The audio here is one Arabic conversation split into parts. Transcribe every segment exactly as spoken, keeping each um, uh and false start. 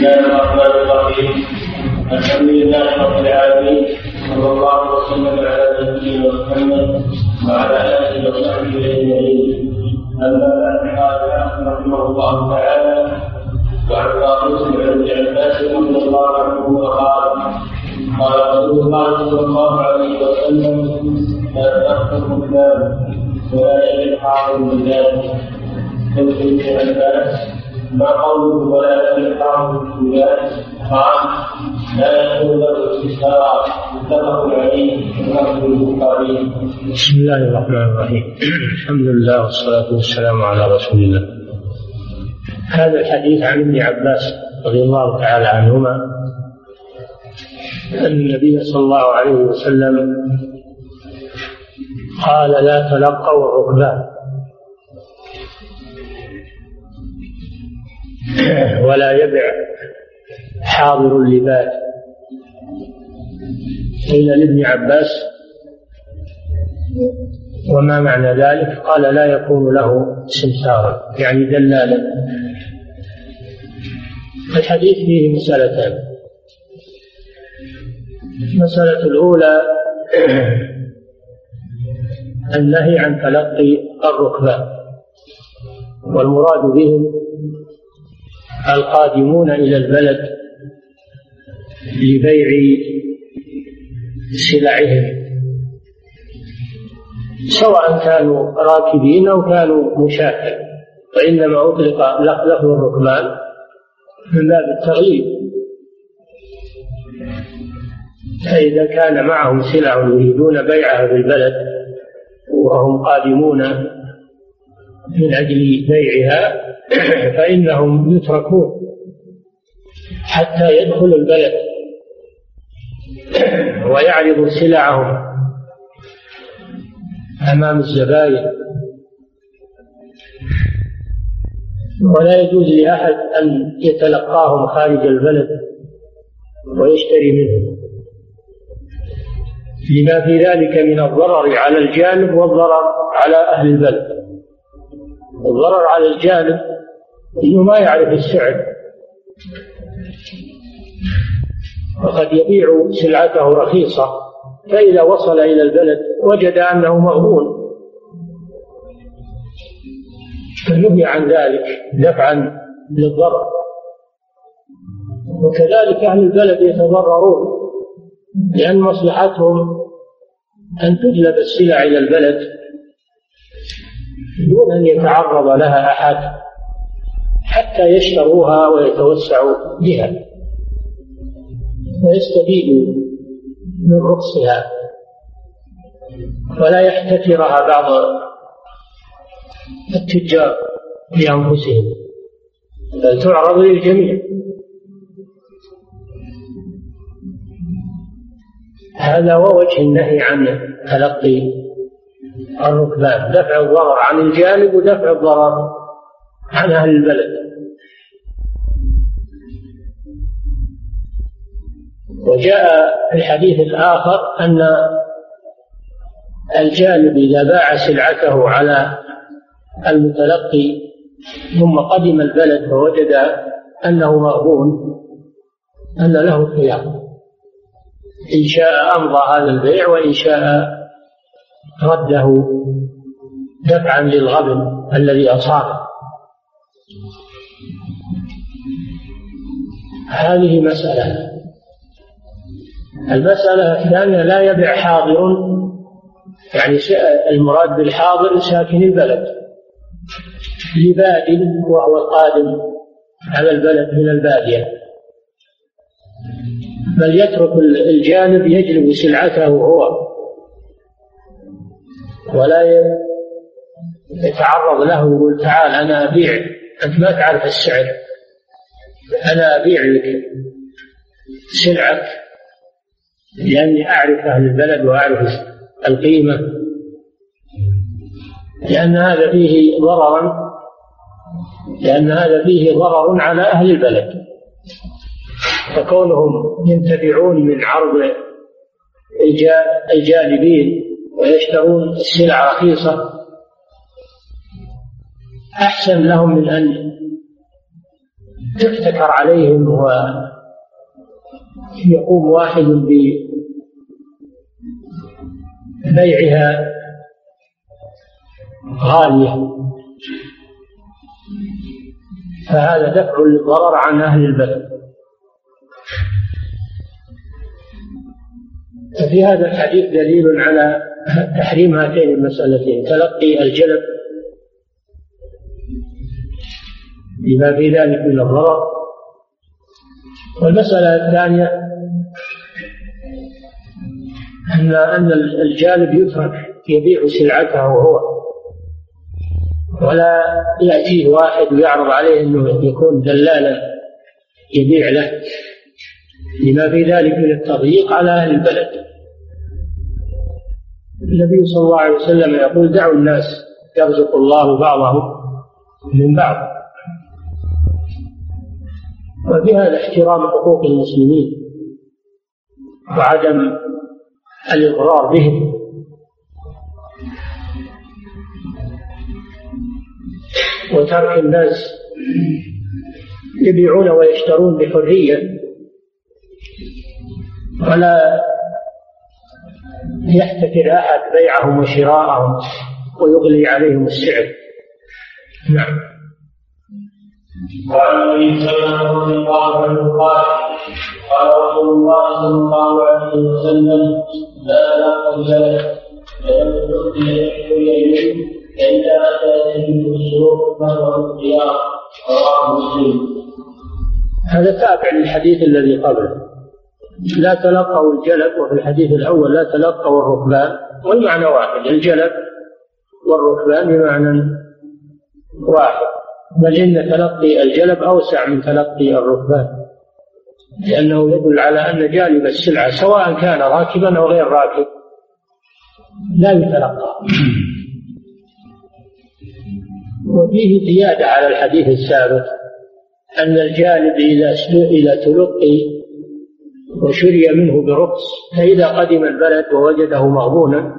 الله الرحمن الرحيم. الحمد لله رب العالمين، صلى الله وسلم على نبينا محمد وعلى اله وصحبه اجمعين. اما بعد، قال رحمه الله تعالى: وعن طاووس بن عباس رضي الله عنه قال: قال رسول الله صلى الله عليه وسلم: لا تغفر الكلام ولا يجد حاضر بالله. قلت ابن عباس: ما قوله ولا يجد حاضر بالله؟ قال: لا يكون له استشهاد. متفق عليه وله البخاري. بسم الله الرحمن الرحيم. الحمد لله والصلاة والسلام على رسول الله. هذا الحديث عن ابن عباس رضي الله تعالى عنهما أن النبي صلى الله عليه وسلم قال: لا تلقوا الركبان ولا يبع حاضر اللباس. قيل لابن عباس: وما معنى ذلك؟ قال: لا يكون له سمسارا، يعني دلالا. الحديث فيه مسألتان. المسألة الأولى النهي عن تلقي الركبان، والمراد بهم القادمون إلى البلد لبيع سلعهم، سواء كانوا راكبين أو كانوا مشاة، وإنما أطلق لفظ الركبان من باب التغليب. فإذا كان معهم سلع يريدون بيعها في البلد وهم قادمون من أجل بيعها فإنهم يتركون حتى يدخلوا البلد ويعرضوا سلعهم أمام الزبائن، ولا يجوز لأحد أن يتلقاهم خارج البلد ويشتري منهم، لما في ذلك من الضرر على الجانب والضرر على أهل البلد. الضرر على الجانب إنه ما يعرف السعر، وقد يبيع سلعته رخيصة، فإذا وصل إلى البلد وجد أنه مغبون فنهي عن ذلك دفعا للضرر. وكذلك أهل البلد يتضررون، لأن مصلحتهم أن تجلب السلع إلى البلد دون أن يتعرض لها أحد حتى يشتروها ويتوسعوا بها ويستفيدوا من رخصها، ولا يحتكرها بعض التجار لأنفسهم، بل تعرض للجميع. هذا هو وجه النهي عن تلقي الركبان: دفع الضرر عن الجانب ودفع الضرر عن أهل البلد. وجاء في الحديث الآخر أن الجانب إذا باع سلعته على المتلقي ثم قدم البلد فوجد أنه مغبون أن له الخيار، إن شاء أمضى هذا البيع وإن شاء رده دفعا للغبن الذي أصابه. هذه مسألة. المسألة الثانية: لا يبيع حاضر، يعني المراد بالحاضر ساكن البلد، لباد وهو القادم على البلد من البادية، بل يترك الجانب يجلب سلعته هو ولا يتعرض له ويقول: تعال أنا أبيع، أنت ما تعرف السعر، أنا أبيع لك سلعك لأني أعرف أهل البلد وأعرف القيمة، لأن هذا فيه ضررا لأن هذا فيه ضرر على أهل البلد، فكونهم ينتفعون من عرض الجانبين ويشترون السلع رخيصة أحسن لهم من أن يحتكر عليهم ويقوم واحد ببيعها غالية، فهذا دفع للضرر عن أهل البلد. ففي هذا الحديث دليل على تحريم هاتين المسألتين، تلقي الجلب بما في ذلك من الضرر. والمسألة الثانية أن أن الجالب يترك يبيع سلعته هو، ولا يأتيه واحد ويعرض عليه أنه يكون دلالا يبيع له، لما في ذلك من التضييق على أهل البلد. النبي صلى الله عليه وسلم يقول: دعوا الناس يرزق الله بعضهم من بعض. وفي هذا احترام حقوق المسلمين وعدم الإضرار بهم. وترك الناس يبيعون ويشترون بحرية، ولا يحتكر أحد بيعهم وشراءهم ويغلي عليهم السعر. نعم. وعن ابي سلمة رضي الله عنه قال: قال رسول الله صلى الله عليه وسلم: لا تقبل فلم تؤتي إلا أتى تجد السوق فهو الخيار. رواه مسلم. هذا تابع للحديث الذي قبله: لا تلقوا الجلب، وفي الحديث الأول لا تلقوا الركبان، والمعنى واحد، الجلب والركبان بمعنى واحد، بل إن تلقي الجلب أوسع من تلقي الركبان، لأنه يدل على أن جالب السلعة سواء كان راكبا أو غير راكب لا يتلقى. وفيه زيادة على الحديث السابق أن الجالب إذا تلقي وشري منه برخص، فإذا قدم البلد ووجده مغبونا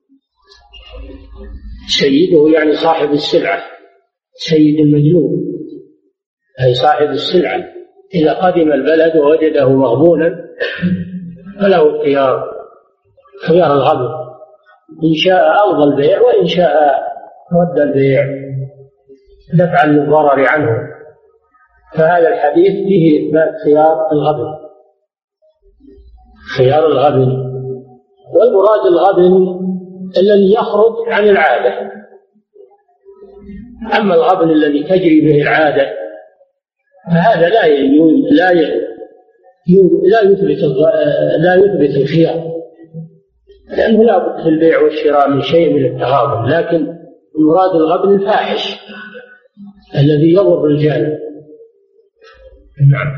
سيده، يعني صاحب السلعة، سيد المجلوب أي صاحب السلعة، إذا قدم البلد ووجده مغبونا فله الخيار، خيار الغبن، إن شاء ألغى البيع وإن شاء رد البيع دفعا للضرر عنه. فهذا الحديث فيه إثبات خيار الغبن، خيار الغبن. والمراد الغبن الذي يخرج عن العادة، أما الغبن الذي تجري به العادة فهذا لا لا لا يثبت لا يثبت الخيار، لأنه لا بد في البيع والشراء من شيء من التغابن. لكن المراد الغبن الفاحش الذي يضر الجانب. نعم.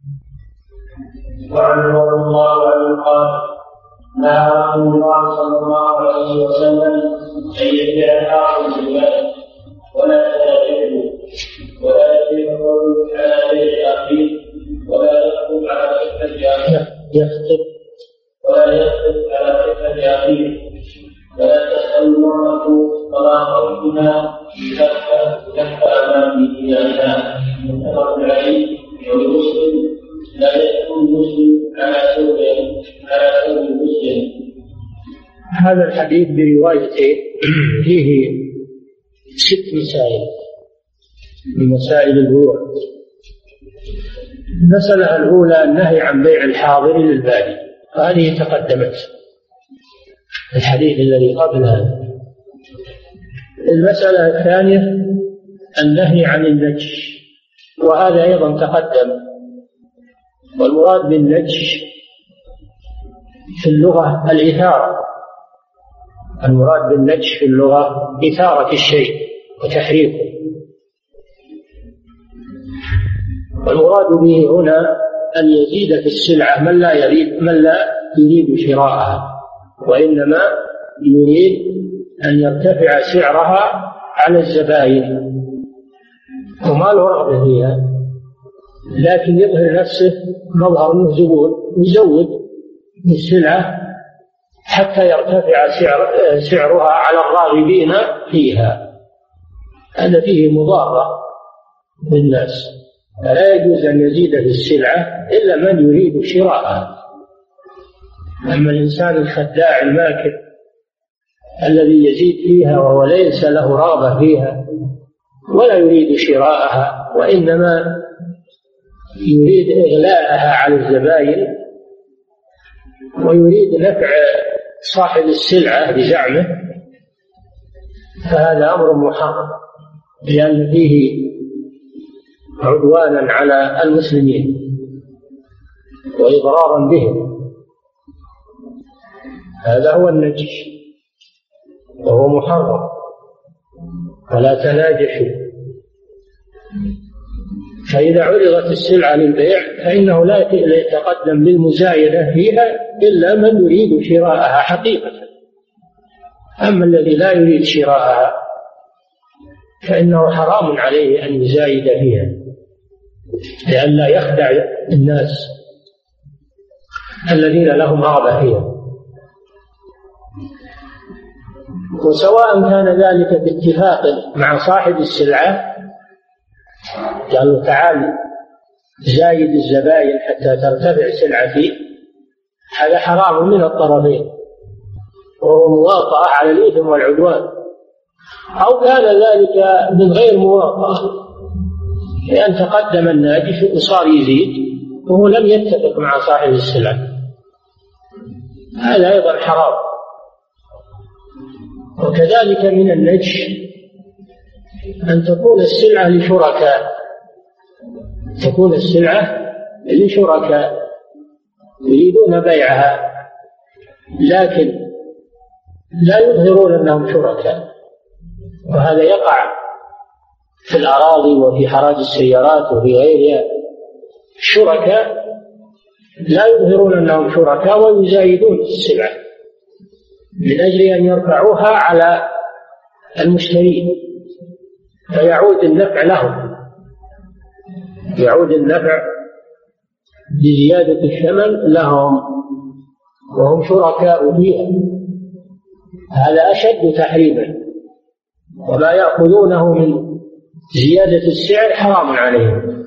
وعن رضي الله عنه قال: نهى رسول الله صلى الله عليه وسلم أن يبيع الحاكم بالمال ولا يتاجره، ولا يبيع على بيع أخيه، ولا يخطب على فكرة أخيه، يخطب ولا يخطب على فكرة أخيه، ولا تسأل المرأة طلاق ابنها تحت أمام إياها. متفق عليه. والمسلم لا يكون مسلم على ثوب على ثوب المسلم. هذا الحديث بروايته فيه ست مسائل من مسائل البيوع. المسألة الأولى النهي عن بيع الحاضر للبادي، هذه تقدمت الحديث الذي قبلها. المسألة الثانية النهي عن النجش، وهذا أيضا تقدم. والمراد بالنجش في اللغة الإثارة، المراد بالنجش في اللغة إثارة الشيء وتحريكه. والمراد به هنا أن يزيد في السلعة من لا يريد من لا يريد شراءها، وإنما يريد أن يرتفع سعرها على الزبائن، وما له رغبة فيها، لكن يظهر نفسه مظهر انه زبون، يزود السلعة حتى يرتفع سعر سعرها على الراغبين فيها. هذا فيه مضارة بالناس، فلا يجوز أن يزيد في السلعة إلا من يريد شراءها. أما الإنسان الخداع الماكر الذي يزيد فيها وهو ليس له رغبة فيها ولا يريد شراءها، وإنما يريد إغلاءها على الزبائن ويريد نفع صاحب السلعة بزعمه، فهذا أمر محرم، لأن فيه عدوانا على المسلمين وإضرارا بهم. هذا هو النجش وهو محرم، فلا تناجشوا. فإذا عرضت السلعة للبيع فإنه لا يتقدم للمزايدة فيها إلا من يريد شراءها حقيقة. أما الذي لا يريد شراءها فإنه حرام عليه أن يزايد فيها لئلا يخدع الناس الذين لهم رغبة فيها. وسواء كان ذلك باتفاق مع صاحب السلعة، قالوا تعال زايد الزبائن حتى ترتفع سلعتي، هذا حرام من الطرفين وهو مواطأة على الإثم والعدوان. أو كان ذلك من غير مواطأة، لأن تقدم الناجش وصار يزيد وهو لم يتفق مع صاحب السلعة، هذا أيضا حرام. وكذلك من النجش أن تكون السلعة لشركاء، تكون السلعة لشركاء يريدون بيعها لكن لا يظهرون أنهم شركاء، وهذا يقع في الأراضي وفي حراج السيارات وفي غيرها. الشركاء لا يظهرون أنهم شركاء ويزايدون السلعة من أجل أن يرفعوها على المشترين فيعود النفع لهم، يعود النفع بزيادة الثمن لهم وهم شركاء فيها. هذا أشد تحريما، وما يأخذونه من زيادة السعر حرام عليهم.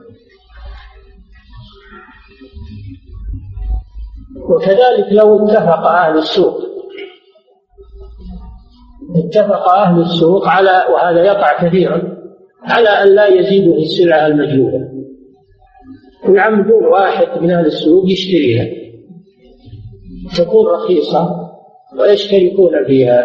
وكذلك لو اتفق أهل السوق اتفق أهل السوق على، وهذا يقع كثيرا، على أن لا يزيدوا في السلعة المجلوبة، ويعمدون واحد من أهل السوق يشتريها تكون رخيصة ويشتركون فيها،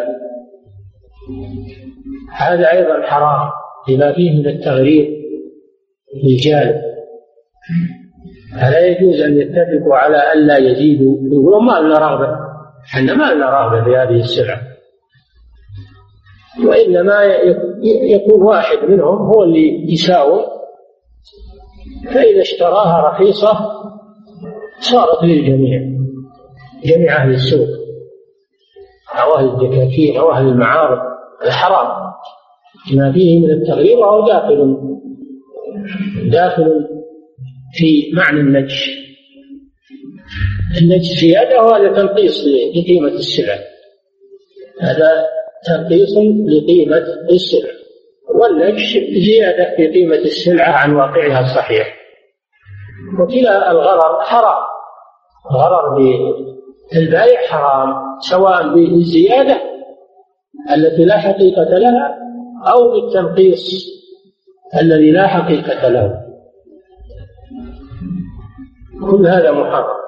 هذا أيضا حرام لما فيه من التغرير بالجانب. فلا يجوز أن يتفقوا على أن لا يزيدوا، يقولون ما لنا رغبة، احنا ما لنا رغبة في هذه السلعة، وإنما يكون واحد منهم هو اللي يساوم، فإذا اشتراها رخيصة صارت للجميع، جميع أهل السوق أو أهل الدكاكين أو أهل المعارض. الحرام ما فيه من التغرير وهو داخل داخل في معنى النجش. النجش زيادة وهذا تنقيص لقيمة السلعة، هذا تنقيص لقيمة السلعة، والنجش زيادة في قيمة السلعة عن واقعها الصحيح. وكلا الغرر حرام، غرر بالبائع حرام، سواء بالزيادة التي لا حقيقة لها أو بالتنقيص الذي لا حقيقة له، كل هذا محرم.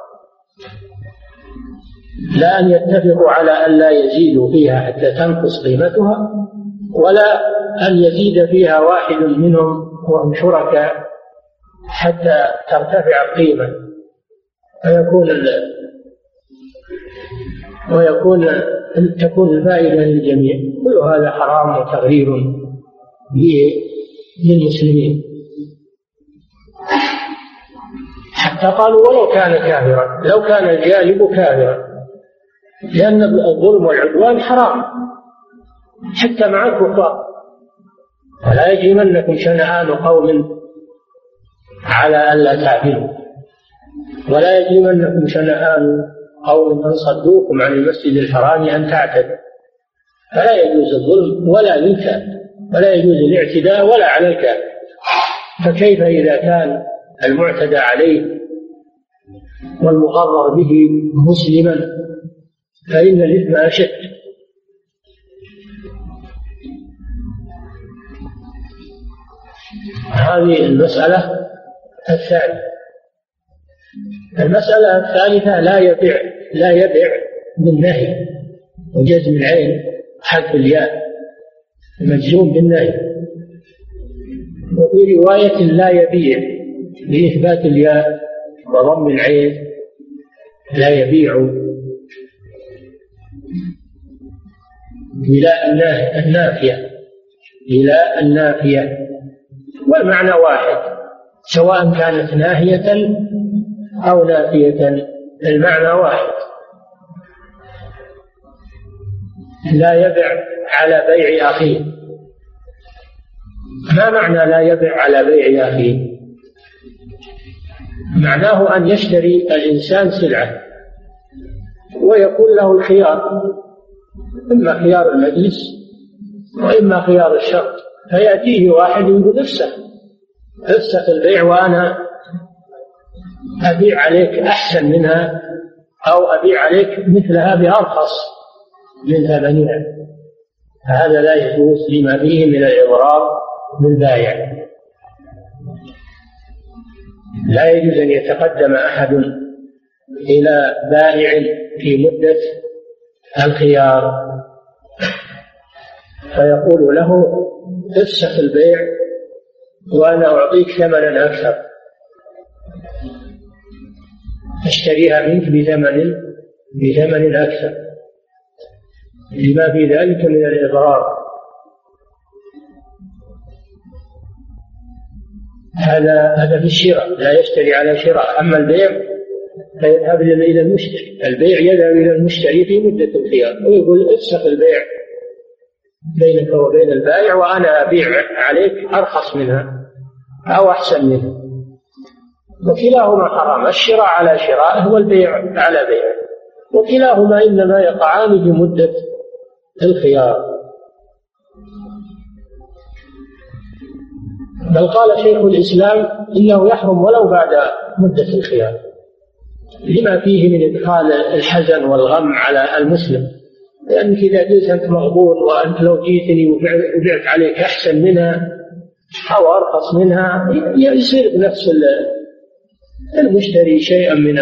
لا أن يتفقوا على أن لا يزيدوا فيها حتى تنقص قيمتها، ولا أن يزيد فيها واحد منهم وهم شركاء حتى ترتفع القيمة ويكون ويكون تكون الفائدة للجميع. كل هذا حرام وتغرير للمسلمين. حتى قالوا ولو كان كافرا، لو كان الجالب كافرا، لأن الظلم والعدوان حرام حتى مع الكفار. ولا يجرمنكم شنآن قوم على ألا تعدلوا، ولا يجرمنكم شنآن قوم أن صدوكم عن المسجد الحرام أن تعتدوا. فلا يجوز الظلم ولا للكافر، ولا يجوز الاعتداء ولا على الكافر، فكيف إذا كان المعتدى عليه والمغرر به مسلما فإن الإثم أشد. هذه المسألة الثانية. المسألة الثالثة لا يبيع لا يبيع بالنهي وجزم العين حذف الياء مجزوم بالنهي، وفي رواية لا يبيع بإثبات الياء وضم العين لا يبيع بلا النافية بلا النافية، والمعنى واحد سواء كانت ناهية أو نافية، المعنى واحد. لا يبع على بيع أخيه. ما معنى لا يبع على بيع أخيه؟ معناه أن يشتري الإنسان سلعة ويكون له الخيار، إما خيار المجلس وإما خيار الشرط، فيأتيه واحد يقول افسخ افسخ البيع وأنا أبيع عليك أحسن منها أو أبيع عليك مثلها بأرخص من ثمنها. هذا لا يجوز لما فيه من الإضرار بالبائع. لا يجوز أن يتقدم أحد إلى بائع في مدة الخيار فيقول له افسخ البيع وأنا أعطيك ثمنا أكثر، أشتريها منك بثمن بثمن أكثر، لما في ذلك من الإضرار. هذا هذا في الشراء، لا يشتري على شراء. أما البيع فيذهب إلى المشتري، البيع يذهب إلى المشتري في مدة الخيار ويقول افسخ البيع بينك وبين البائع وأنا أبيع عليك أرخص منها أو أحسن منها، وكلاهما حرام، الشراء على شراء والبيع على بيع، وكلاهما إنما يقعان في مدة الخيار. بل قال شيخ الإسلام إنه يحرم ولو بعد مدة الخيار لما فيه من إدخال الحزن والغم على المسلم، لأنك إذا جئت أنت مغبون وأنت لو جئتني وبعت عليك أحسن منها أو أرخص منها يصير بنفس المشتري شيئا من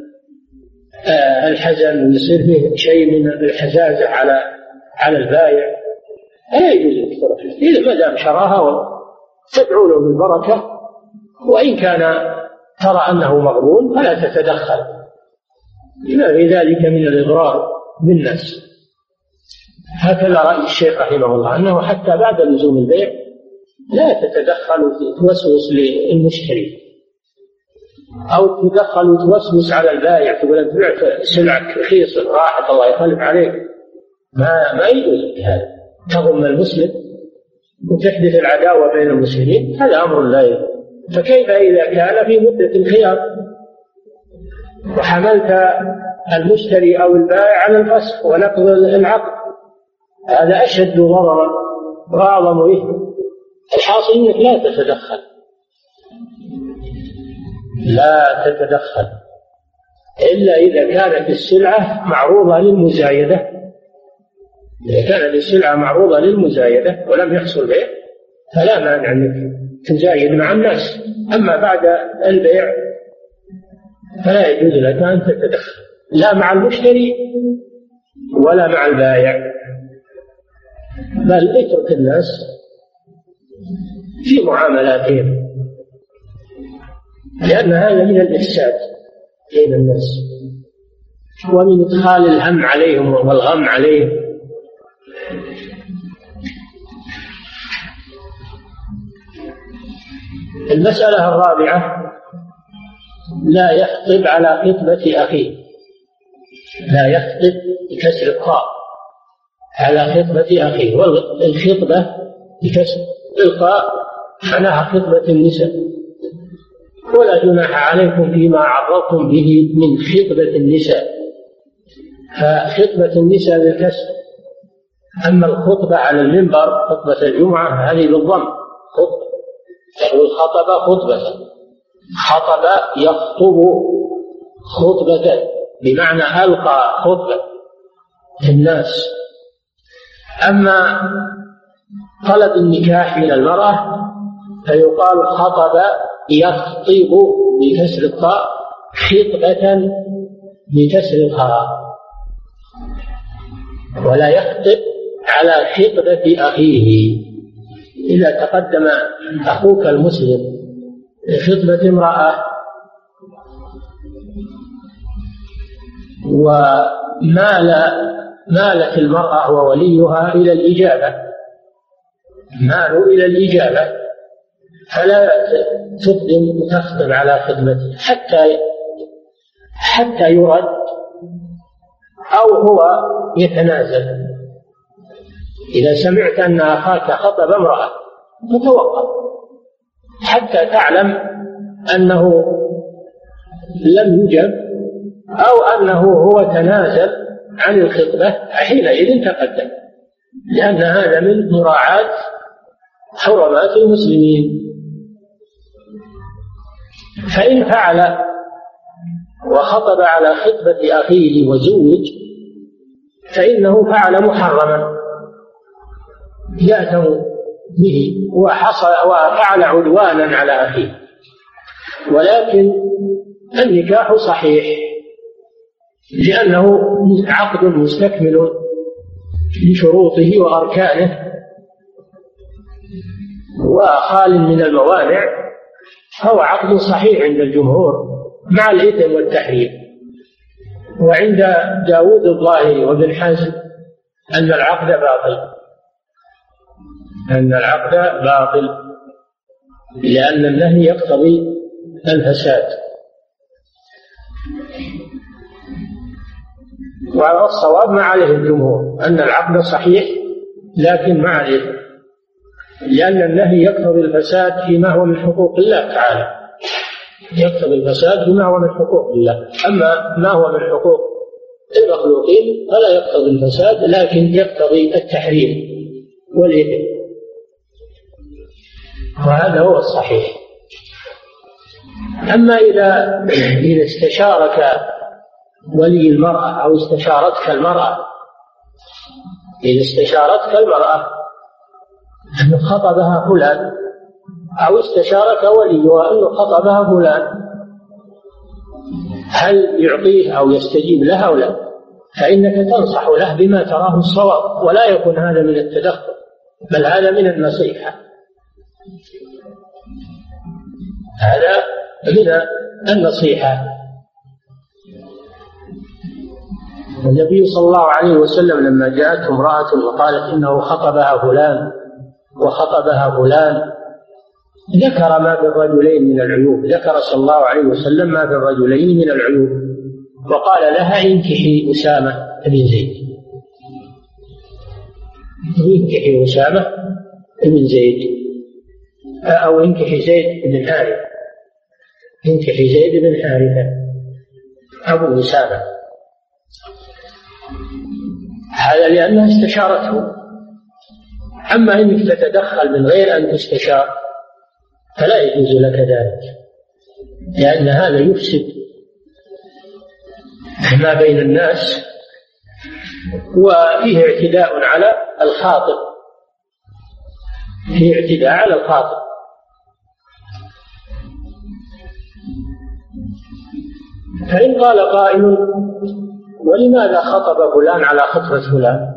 الحزن ويصير فيه شيء من الحزازة على على البائع. لا يجوز الاشتراك إذا ما دام شراها تدعو له بالبركة، وإن كان ترى أنه مغبون فلا تتدخل لما في ذلك من الإضرار بالناس. هكذا رأي الشيخ رحمه الله أنه حتى بعد لزوم البيع لا تتدخل وتوسوس للمشتري أو تدخل وتوسوس على البائع تقول أنت بعت سلعك رخيصة راحت الله يخلف عليك، ما ما يجوز هذا، تضم المسلم وتحدث العداوة بين المسلمين، هذا أمر لا يجوز. فكيف إذا كان في مدة الخيار وحملت المشتري أو البائع على الفسخ ونقض العقد؟ هذا أشد ضررا وأعظم إثما. الحاصل أنك لا تتدخل لا تتدخل إلا إذا كانت السلعة معروضة للمزايدة. إذا كانت السلعة معروضة للمزايدة ولم يحصل بيع فلا مانع أنك تزايد مع الناس، أما بعد البيع فلا يجوز لك أن تتدخل لا مع المشتري ولا مع البائع، بل اترك الناس في معاملاتهم، لأن هذا من الإفساد بين الناس ومن إدخال الهم عليهم والغم عليهم. المسألة الرابعة لا يخطب على خطبة أخيه. لا يخطب بكسر الطاء على خطبة أخيه، والخطبة بكسر الطاء معناها خطبة النساء، ولا جناح عليكم فيما عرضتم به من خطبة النساء، فخطبة النساء بالكسر. أما الخطبة على المنبر خطبة الجمعة هذه بالضم خطبة، يقول خطب خطبة، خطب يخطب خطبة بمعنى ألقى خطبة الناس. أما طلب النكاح من المرأة فيقال خطب يخطب بكسر الطاء، خطبة بكسر الخاء، ولا يخطب على خطبة أخيه. إذا تقدم أخوك المسلم خطبة امرأة ومال مالت المرأة ووليها إلى الإجابة، مالوا إلى الإجابة، فلا تقدم تخطب على خطبته حتى حتى يرد أو هو يتنازل. إذا سمعت أن أخاك خطب امرأة فتوقف حتى تعلم أنه لم يجب أو أنه هو تنازل عن الخطبة، حينئذ تقدم، لأن هذا من مراعاة حرمات المسلمين. فإن فعل وخطب على خطبة أخيه وزوج فإنه فعل محرما يأتم به وحصل وفعل عدوانا على أخيه، ولكن النكاح صحيح لأنه عقد مستكمل لشروطه وأركانه وخال من الموانع، فهو عقد صحيح عند الجمهور مع الإثم والتحريم. وعند داود الظاهري وابن حزم أن العقد باطل، أن العقد باطل لأن النهي يقتضي الفساد. وعلى الصواب ما عليه الجمهور أن العقد صحيح لكن مع الإثم، لأن النهي يقتضي الفساد فيما هو من حقوق الله تعالى، يقتضي الفساد فيما هو من حقوق الله. أما ما هو من حقوق المخلوقين فلا يقتضي الفساد لكن يقتضي التحريم والإثم، وهذا هو الصحيح. أما إذا إذا استشارك ولي المرأة أو استشارتك المرأة، إذا استشارتك المرأة أن خطبها فلان أو استشارك وليها أنه خطبها فلان، هل يعطيه أو يستجيب لها أو لا؟ فإنك تنصح له بما تراه الصواب، ولا يكون هذا من التدخل بل هذا من النصيحة، هذا من النصيحة. النبي صلى الله عليه وسلم لما جاءته امرأة وقالت إنه خطبها فلان وخطبها فلان ذكر ما في الرجلين من العيوب، ذكر صلى الله عليه وسلم ما في الرجلين من العيوب، وقال لها انكحي أسامة بن زيد، انكحي أسامة بن زيد أو انكحي زيد بن حارثة، انكحي زيد بن حارثة أبو أسامة، هذا لأنها استشارته. أما إنك تتدخل من غير أن تستشار فلا يجوز لك ذلك، لأن هذا يفسد ما بين الناس وفيه اعتداء على الخاطب، فيه اعتداء على الخاطب. فإن قال قائل ولماذا خطب فلان على خطبة فلان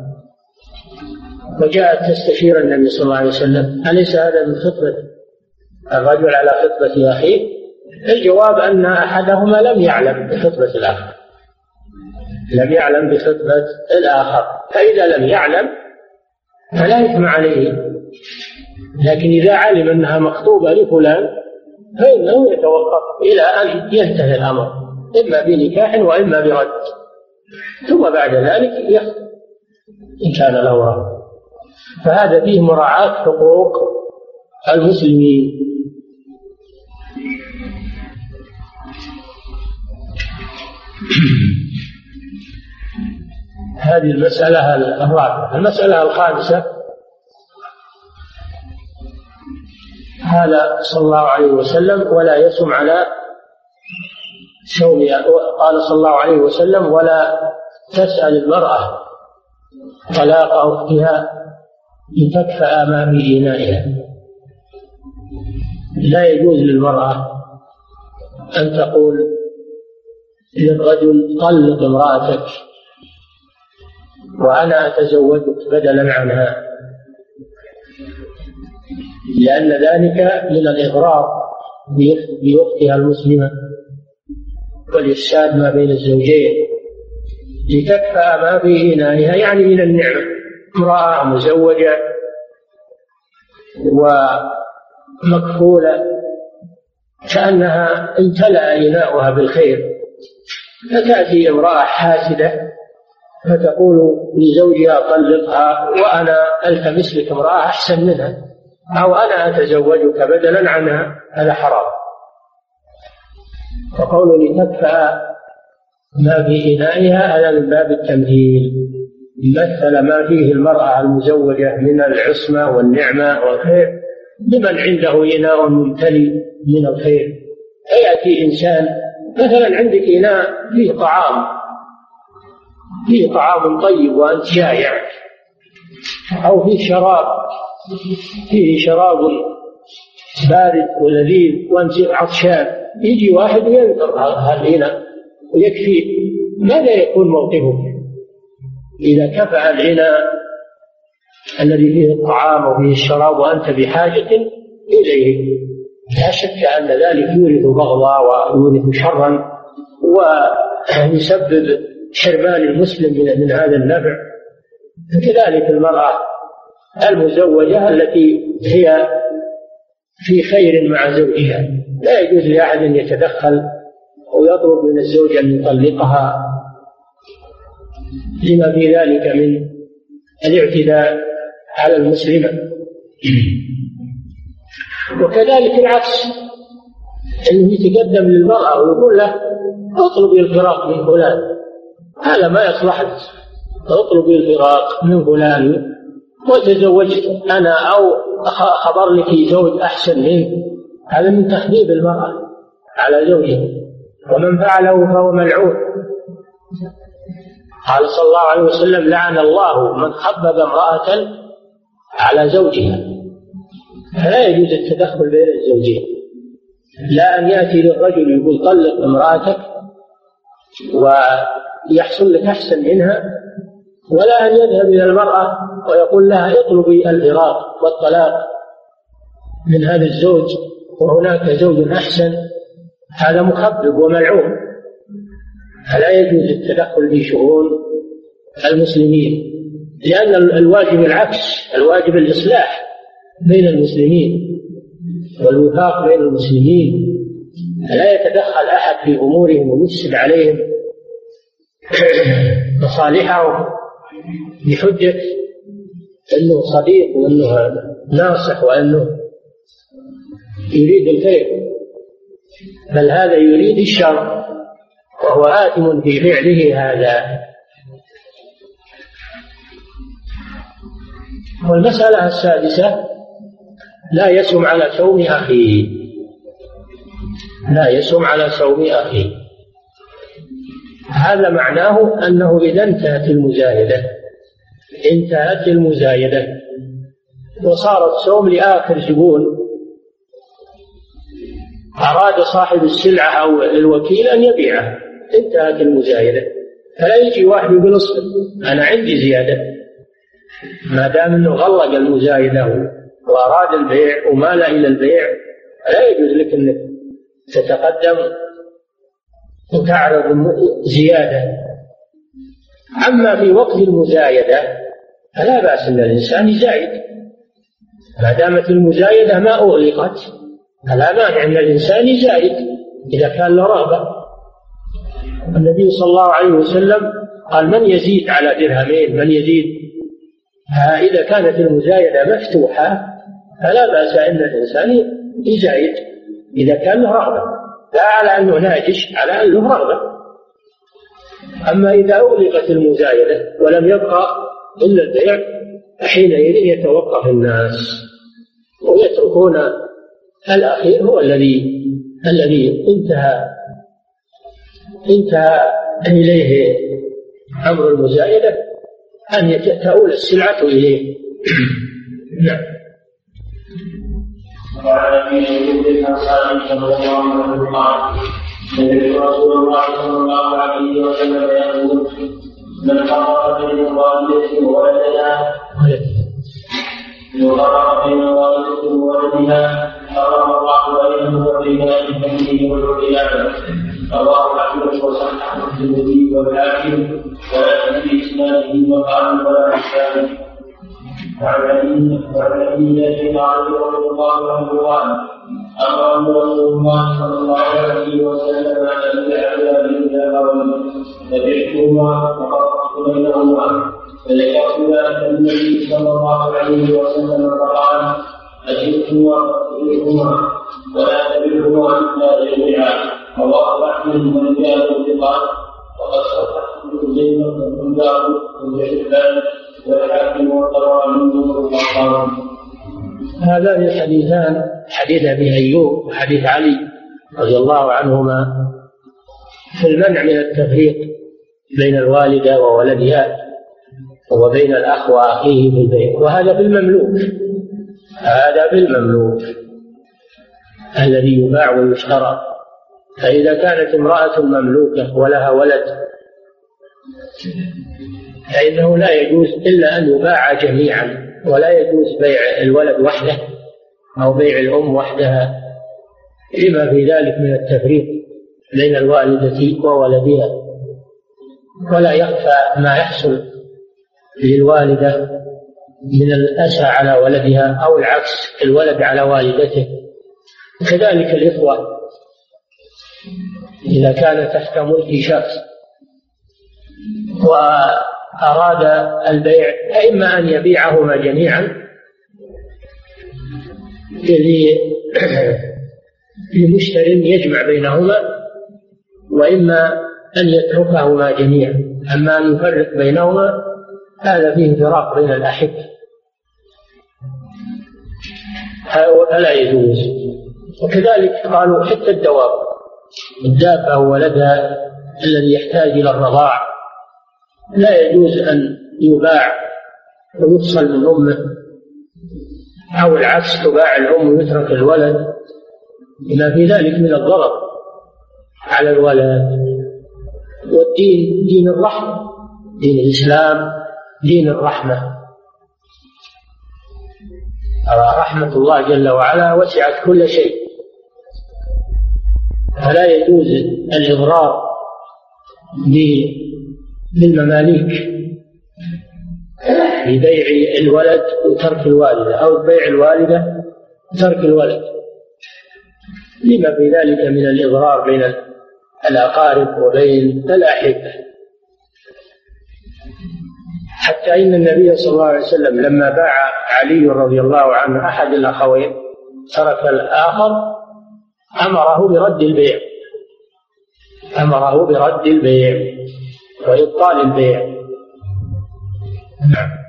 وجاءت تستشير النبي صلى الله عليه وسلم، أليس هذا من خطبة الرجل على خطبة أخيه؟ الجواب أن أحدهما لم يعلم بخطبة الآخر، لم يعلم بخطبة الآخر، فإذا لم يعلم فلا إثم عليه، لكن إذا علم أنها مخطوبة لفلان فإنه يتوقف إلى أن ينتهي الأمر إما بنكاح وإما برد، ثم بعد ذلك يخطب إن كان له رغبة. فهذا فيه مراعاة حقوق المسلمين. هذه المسألة الرابعة. المسألة الخامسة هذا صلى الله عليه وسلم ولا يسم على سومها. قال صلى الله عليه وسلم ولا تسأل المرأة طلاق أختها لتكفأ ما في إنائها. لا يجوز للمرأة أن تقول للرجل طلق امرأتك وأنا أتزوجك بدلا عنها، لأن ذلك من الإغرار بأختها المسلمة والإفساد ما بين الزوجين. لتكفأ ما في إنائها يعني من النعمة، امرأة مزوجة ومكفولة كأنها امتلأ إناؤها بالخير، فتأتي امرأة حاسدة فتقول لزوجها طلقها وأنا ألتمس لك امرأة أحسن منها، أو أنا أتزوجك بدلا عنها، هذا حرام. وقول لتكفأ ما في إنائها هذا من باب التمثيل، مثل ما فيه المرأة المزوجة من العصمة والنعمة والخير لمن عنده إناء ممتلئ من الخير. فيأتي إنسان مثلا عندك إناء فيه طعام فيه طعام طيب وأنت جائع، أو فيه شراب فيه شراب بارد ولذيذ وأنت عطشان، يجي واحد وينثر هالإناء ويكفي، ماذا يكون موقفك إذا كفأ الإناء الذي فيه الطعام وفيه الشراب وأنت بحاجة إليه؟ لا شك أن ذلك يورث بغضا ويورث شرا ويسبب حرمان المسلم من هذا النفع. كذلك المرأة المزوجة التي هي في خير مع زوجها لا يجوز لأحد أن يتدخل ويطلب من الزوج أن يطلقها لما في ذلك من الاعتداء على المسلمة. وكذلك العكس، أنه يتقدم للمرأة ويقول له اطلبي الفراق من فلان، هذا ما يصلحك، اطلبي الفراق من فلان وتزوجت أنا أو خبر لك زوج أحسن منه، هذا من تخديب المرأة على زوجها، ومن فعله فهو ملعون. قال صلى الله عليه وسلم لعن الله من خبب امرأة على زوجها. فلا يجوز التدخل بين الزوجين، لا أن يأتي للرجل يقول طلق امرأتك ويحصل لك أحسن منها، ولا أن يذهب إلى المرأة ويقول لها اطلبي الفراق والطلاق من هذا الزوج وهناك زوج أحسن، هذا مخبب وملعون. فلا يجوز التدخل في شؤون المسلمين، لأن الواجب العكس، الواجب الإصلاح بين المسلمين والوفاق بين المسلمين. فلا يتدخل أحد في أمورهم ويفسد عليهم مصالحهم بحجة أنه صديق وأنه ناصح وأنه يريد الخير، بل هذا يريد الشر وهو آثم في فعله هذا. والمسألة السادسة لا يسم على صوم أخيه، لا يسم على صوم أخيه. هذا معناه أنه إذا انتهت المزايدة انتهت المزايدة وصار الصوم لآخر زبون، أراد صاحب السلعة أو الوكيل أن يبيعه، انتهت المزايدة، فلا يجي واحد يقول اصبر أنا عندي زيادة، ما دام أنه غلق المزايدة وأراد البيع ومال إلى البيع، لا يجوز لك أنك تتقدم وتعرض زيادة. أما في وقت المزايدة فلا بأس أن الإنسان يزايد، ما دامت المزايدة ما أغلقت فلا مانع أن الإنسان يزايد إذا كان له رغبة. النبي صلى الله عليه وسلم قال من يزيد على درهمين، من يزيد، إذا كانت المزايدة مفتوحة فلا بأس أن الإنسان يزايد إذا كان له رغبة، لا على أنه ناجش، على أنه رغبة. أما إذا أغلقت المزايدة ولم يبقى إلا البيع حينئذ يتوقف الناس ويتركون الأخير هو الذي الذي انتهى انتهى إليه أمر المزايدة، أن تؤول السلعة إليه. نعم. وعن ابي سعيد الانصاري رضي الله عنه قال سمعت رسول الله صلى الله عليه وسلم يقول من فرق بين والدته وولدها من فرق بين والدته وولدها حرم الله بينه وبين الحمد والقيامه. رواه احمد وصححه الترمذي والحاكم ولكن في اسناده مقال ولا اشكال. وعن علي رضي الله عنه قال امر رسول الله صلى الله عليه وسلم ان يدعو الا قوله فبعتهما فقررت بينهما فذكرت ذلك النبي صلى الله عليه وسلم فقال اجبهما فاقتلهما ولا تبعهما حتى يرجعا. رواه احمد ورجال الثقات وقد صححه زيد بن داود بن حبان والحاكم والطبراني والطحاوي. هذان الحديثان حديث ابي ايوب وحديث علي رضي الله عنهما في المنع من التفريق بين الوالده وولدها وبين الاخ واخيه في البيت، وهذا بالمملوك، هذا بالمملوك الذي يباع ويشترى. فإذا كانت امرأة مملوكة ولها ولد فإنه لا يجوز إلا أن يباع جميعا، ولا يجوز بيع الولد وحده أو بيع الأم وحدها لما في ذلك من التفريق بين الوالدة وولدها. ولا يخفى ما يحصل للوالدة من الأسى على ولدها أو العكس، الولد على والدته. كذلك الإخوة إذا كان تحت ملك شخص وأراد البيع فإما أن يبيعهما جميعا لمشتر يجمع بينهما، وإما أن يتركهما جميعا. أما أن يفرق بينهما هذا فيه فراق بين الأحبة، فلا يجوز. وكذلك قالوا حتى الدواب، الدابة وولدها الذي يحتاج إلى الرضاع لا يجوز أن يباع ويفصل من أمه، أو العكس تباع الأم ويترك الولد، لما في ذلك من الضرر على الولد. والدين دين الرحمة، دين الإسلام دين الرحمة، رحمة الله جل وعلا وسعت كل شيء، فلا يجوز الإضرار بالمماليك ببيع الولد وترك الوالدة، أو بيع الوالدة وترك الولد، لما في ذلك من الإضرار بين الأقارب وبين الأحبة. حتى إن النبي صلى الله عليه وسلم لما باع علي رضي الله عنه أحد الأخوين ترك الآخر أمره برد البيع، أمره برد البيع وإبطال البيع. نعم.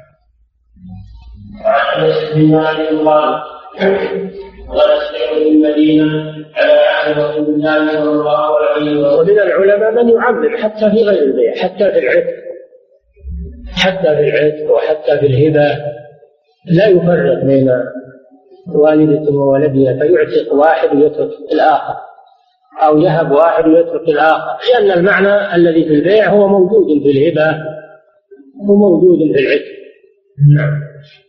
وعن أنس بن مالك قال ونسمع في المدينة على عهد رسول الله صلى الله عليه وسلم. ومن العلماء من يعمم حتى في غير البيع، حتى في العتق، حتى في العتق وحتى في الهبة لا يفرق بين والدة وولدها، فيعتق واحد ويترك الآخر، أو يهب واحد ويترك الآخر، لأن المعنى الذي في البيع هو موجود في الهبة وموجود في العتق. نعم.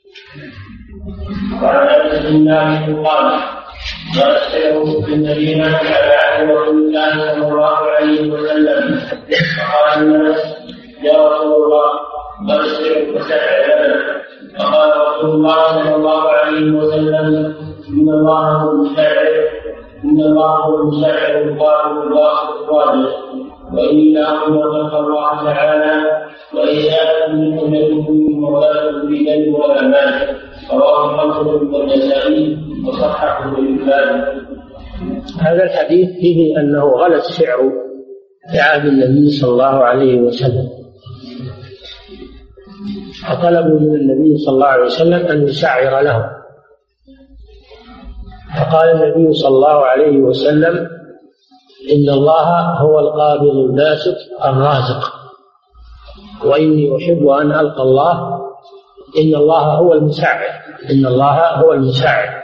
وعن أنس بن مالك قال ونسمع في المدينة على عهد رسول الله صلى الله عليه وسلم فقال الناس يا رسول الله ونسمع فسعى لنا، فقال رسول الله صلى الله عليه وسلم إن الله هو المسعر، إن الله هو المسعر القادر الله الصالح، وإلا أمرك الله تعالى وإياك من أمركم ولا تريدن ولا مال. رواه مسلم والنسائي وصححه الإلباني. هذا الحديث فيه أنه غلى السعر في عهد النبي صلى الله عليه وسلم، فطلبوا من النبي صلى الله عليه وسلم أن يسعر لهم، فقال النبي صلى الله عليه وسلم: إن الله هو القابض الباسط الرازق، وإني أحب أن ألقى الله. إن الله هو المساعد، إن الله هو المساعد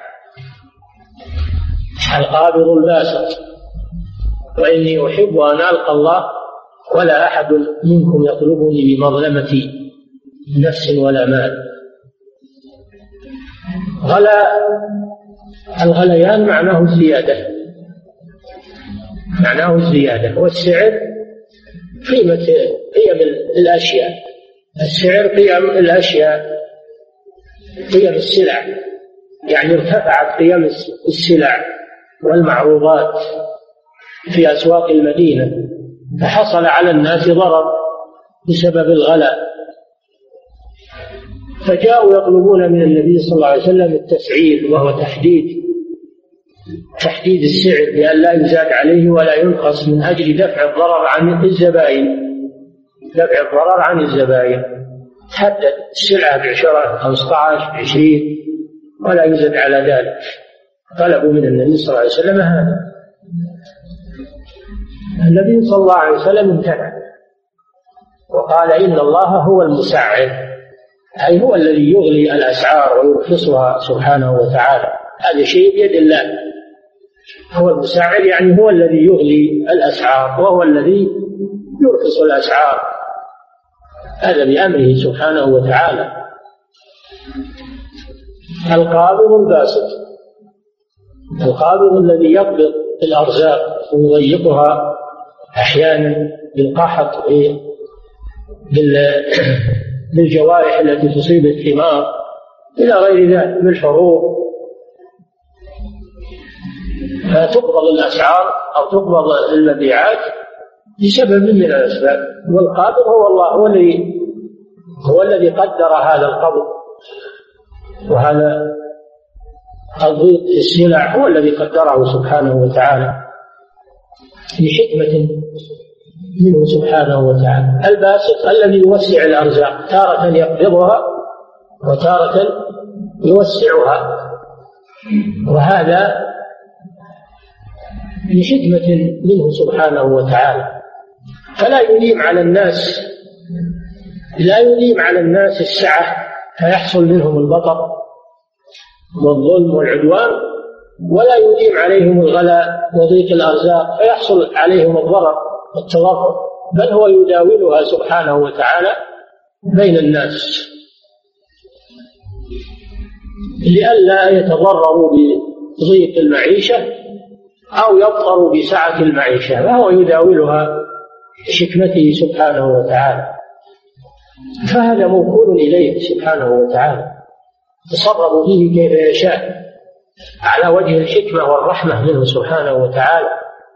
القابض الباسط، وإني أحب أن ألقى الله ولا أحد منكم يطلبني بمظلمة نفس ولا مال. غلا الغليان معناه الزيادة، معناه الزيادة. والسعر قيمة قيم الأشياء، السعر قيم الأشياء، قيم السلع، يعني ارتفعت قيم السلع والمعروضات في أسواق المدينة، فحصل على الناس ضرر بسبب الغلاء، فجاءوا يطلبون من النبي صلى الله عليه وسلم التسعير، وهو تحديد تحديد السعر لأن لا يزاد عليه ولا ينقص، من أجل دفع الضرر عن الزبائن، دفع الضرر عن الزبائن. تحدد السلعة بعشرة، خمسة عشر، عشرين، ولا يزاد على ذلك. طلبوا من النبي صلى الله عليه وسلم هذا، النبي صلى الله عليه وسلم امتنع وقال: إن الله هو المسعر، أي هو الذي يغلي الأسعار ويرخصها سبحانه وتعالى. هذا شيء بيد الله، هو المسعر يعني هو الذي يغلي الأسعار وهو الذي يرخص الأسعار، هذا بأمره سبحانه وتعالى. القابض الباسط، القابض الذي يقبض الأرزاق ويضيقها أحيانا بالقحط، بالجوائح التي تصيب الثمار إلى غير ذلك، بالحروب، فتقبض الأسعار أو تقبض المبيعات بسبب من الأسباب. والقابض هو الله، هو الذي هو الذي قدر هذا القبض وهذا الضيق في السلع، هو الذي قدره سبحانه وتعالى بحكمة منه سبحانه وتعالى. الباسط الذي يوسع الأرزاق، تارة يقبضها وتارة يوسعها، وهذا بحكمة منه سبحانه وتعالى. فلا يليم على الناس لا يليم على الناس السعة فيحصل منهم البطر والظلم والعدوان، ولا يليم عليهم الغلاء وضيق الأرزاق فيحصل عليهم الضرر والتضرر، بل هو يداولها سبحانه وتعالى بين الناس لئلا يتضرروا بضيق المعيشة أو يضطروا بسعة المعيشة، فهو يداولها بحكمته سبحانه وتعالى. فهذا موكول إليه سبحانه وتعالى، تصرف فيه كيف يشاء على وجه الحكمة والرحمة منه سبحانه وتعالى،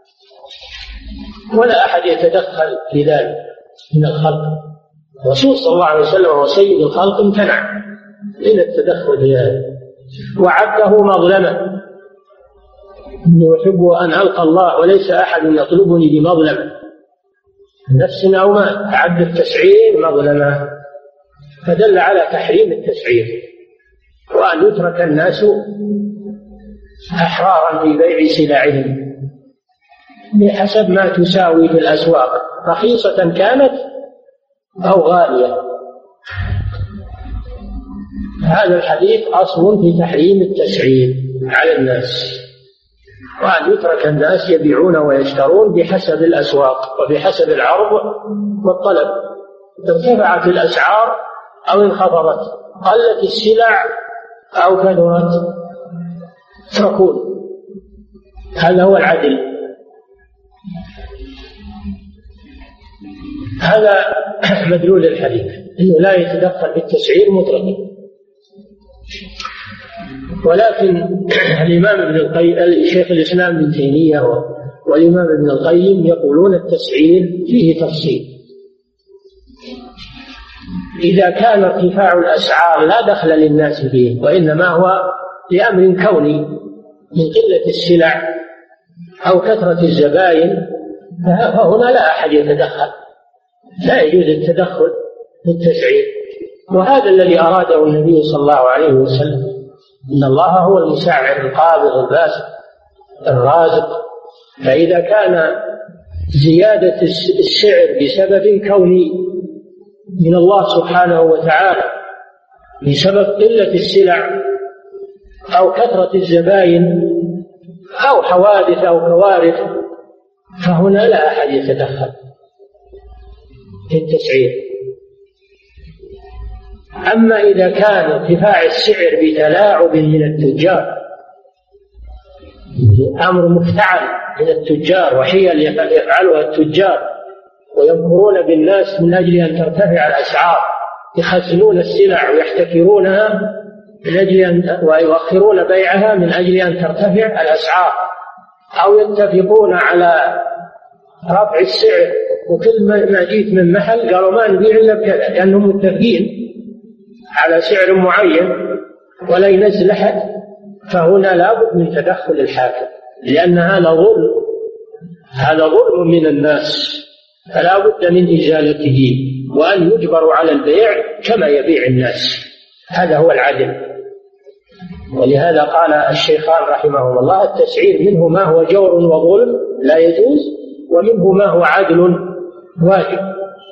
ولا أحد يتدخل في ذلك من الخلق. الرسول صلى الله عليه وسلم هو سيد الخلق امتنع من التدخل في ذلك، وعده مظلمة: إني أحب أن ألقى الله وليس أحد يطلبني بمظلمة نفس أو مال. أعد التسعير مظلمة، فدل على تحريم التسعير، وأن يترك الناس أحرارا في بيع سلعهم بحسب ما تساوي في الأسواق، رخيصة كانت أو غالية. هذا الحديث أصل في تحريم التسعير على الناس، وأن يترك الناس يبيعون ويشترون بحسب الأسواق وبحسب العرض والطلب. ارتفعت الأسعار أو انخفضت، قلت السلع أو كثرت، اتركون، هذا هو العدل. هذا مدلول الحديث، أنه لا يتدخل في التسعير مطلقا. ولكن الإمام ابن القيم، شيخ الإسلام ابن تيمية والإمام ابن القيم يقولون التسعير فيه تفصيل. إذا كان ارتفاع الأسعار لا دخل للناس فيه، وإنما هو لأمر كوني من قلة السلع أو كثرة الزبائن، فهنا لا أحد يتدخل، لا يجوز التدخل في التسعير. وهذا الذي أراده النبي صلى الله عليه وسلم، إن الله هو المسعر القابض الباسط الرازق. فإذا كان زيادة السعر بسبب كوني من الله سبحانه وتعالى بسبب قلة السلع أو كثرة الزبائن أو حوادث أو كوارث، فهنا لا أحد يتدخل في التسعير. أما إذا كان ارتفاع السعر بتلاعب من التجار، أمر مفتعل من التجار وحيل يفعلها التجار ويمكرون بالناس من أجل أن ترتفع الأسعار، يخزنون السلع ويحتكرونها من أجل أن ويؤخرون بيعها من أجل أن ترتفع الأسعار، أو يتفقون على رفع السعر، وكل ما جيت من محل قالوا ما نبيع إلا بكذا، لأنهم متفقين على سعر معين ولا ينزل أحد. فهنا لابد من تدخل الحاكم، لأن هذا ظلم، هذا ظلم من الناس، فلا بد من إزالته وأن يجبروا على البيع كما يبيع الناس. هذا هو العدل. ولهذا قال الشيخان رحمهم الله: التسعير منه ما هو جور وظلم لا يجوز، ومنه ما هو عدل واجب.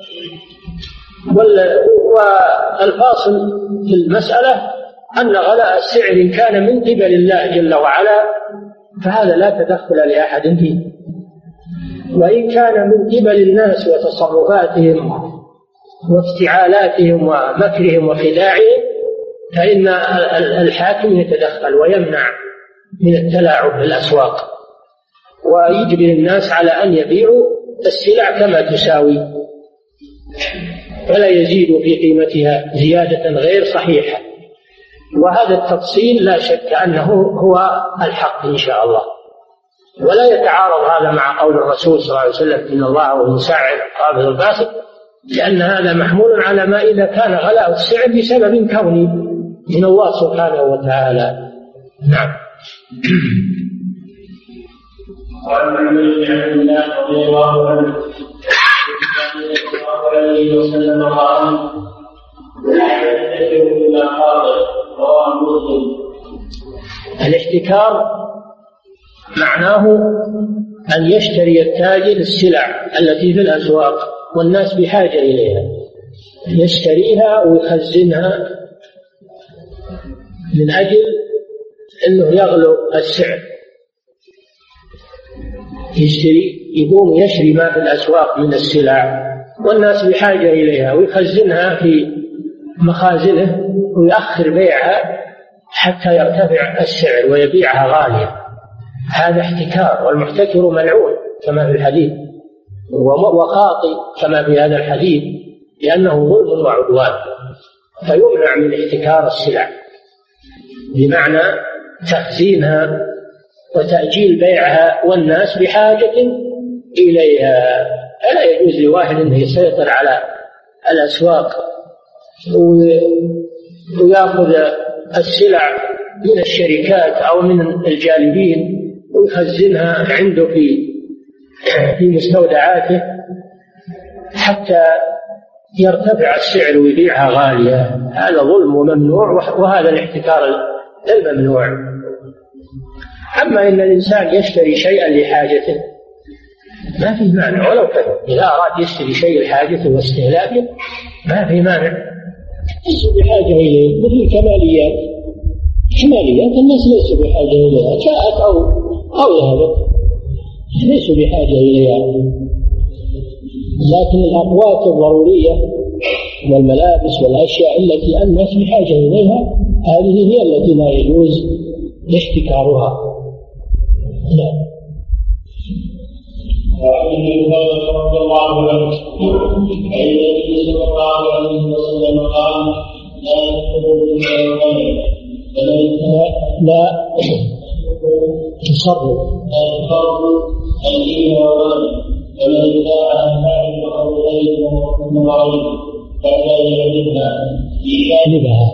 والفاصل في المسألة أن غلاء السعر إن كان من قبل الله جل وعلا فهذا لا تدخل لأحد فيه، وإن كان من قبل الناس وتصرفاتهم وافتعالاتهم ومكرهم وخداعهم فإن الحاكم يتدخل ويمنع من التلاعب في الأسواق، ويجبر الناس على أن يبيعوا السلع كما تساوي ولا يزيد في قيمتها زيادة غير صحيحة. وهذا التفصيل لا شك أنه هو الحق إن شاء الله، ولا يتعارض هذا مع قول الرسول صلى الله عليه وسلم: إن الله هو المسعر القابض الباسط، لأن هذا محمول على ما إذا كان غلاء السعر بسبب كوني من الله سبحانه وتعالى. نعم. وعن علي بن عبد الله رضي الله عنه صلى الله عليه وسلم قال: لا يحتكر إلا قاضي. رواه مسلم. الاحتكار معناه أن يشتري التاجر السلع التي في الأسواق والناس بحاجة إليها، يشتريها ويخزنها من أجل أنه يغلو السعر، يشتري يقوم يشري ما في الأسواق من السلع والناس بحاجة إليها ويخزنها في مخازنه ويؤخر بيعها حتى يرتفع السعر ويبيعها غالية. هذا احتكار، والمحتكر ملعون كما في الحديث، وخاطئ كما في هذا الحديث، لأنه ظلم وعدوان. فيمنع من احتكار السلع بمعنى تخزينها وتأجيل بيعها والناس بحاجة إليها. ألا يجوز لواحد أنه يسيطر على الأسواق ويأخذ السلع من الشركات أو من الجالبين ويخزنها عنده في في مستودعاته حتى يرتفع السعر ويبيعها غالية. هذا ظلم وممنوع، وهذا الاحتكار الممنوع. أما إن الإنسان يشتري شيئا لحاجته ما في مانع ولو كثر، إذا أراد يشتري شيء لحاجته واستهلاكه ما في مانع، ليس بحاجة إليه. مثل كماليات، كماليات الناس ليسوا بحاجة إليها، جاءت أو أو ذهبت ليسوا بحاجة إليها. لكن الأقوات الضرورية والملابس والأشياء التي الناس بحاجة إليها هذه هي التي لا يجوز احتكارها. لا. وعن ابي هريره رضي الله عنه عن النبي صلى الله عليه وسلم قال: لا يدخل الشيطان لا تصرف لا تصرف الدين والرجل، فمن باع فاعل او غير مريض فلا يعلمها يحلبها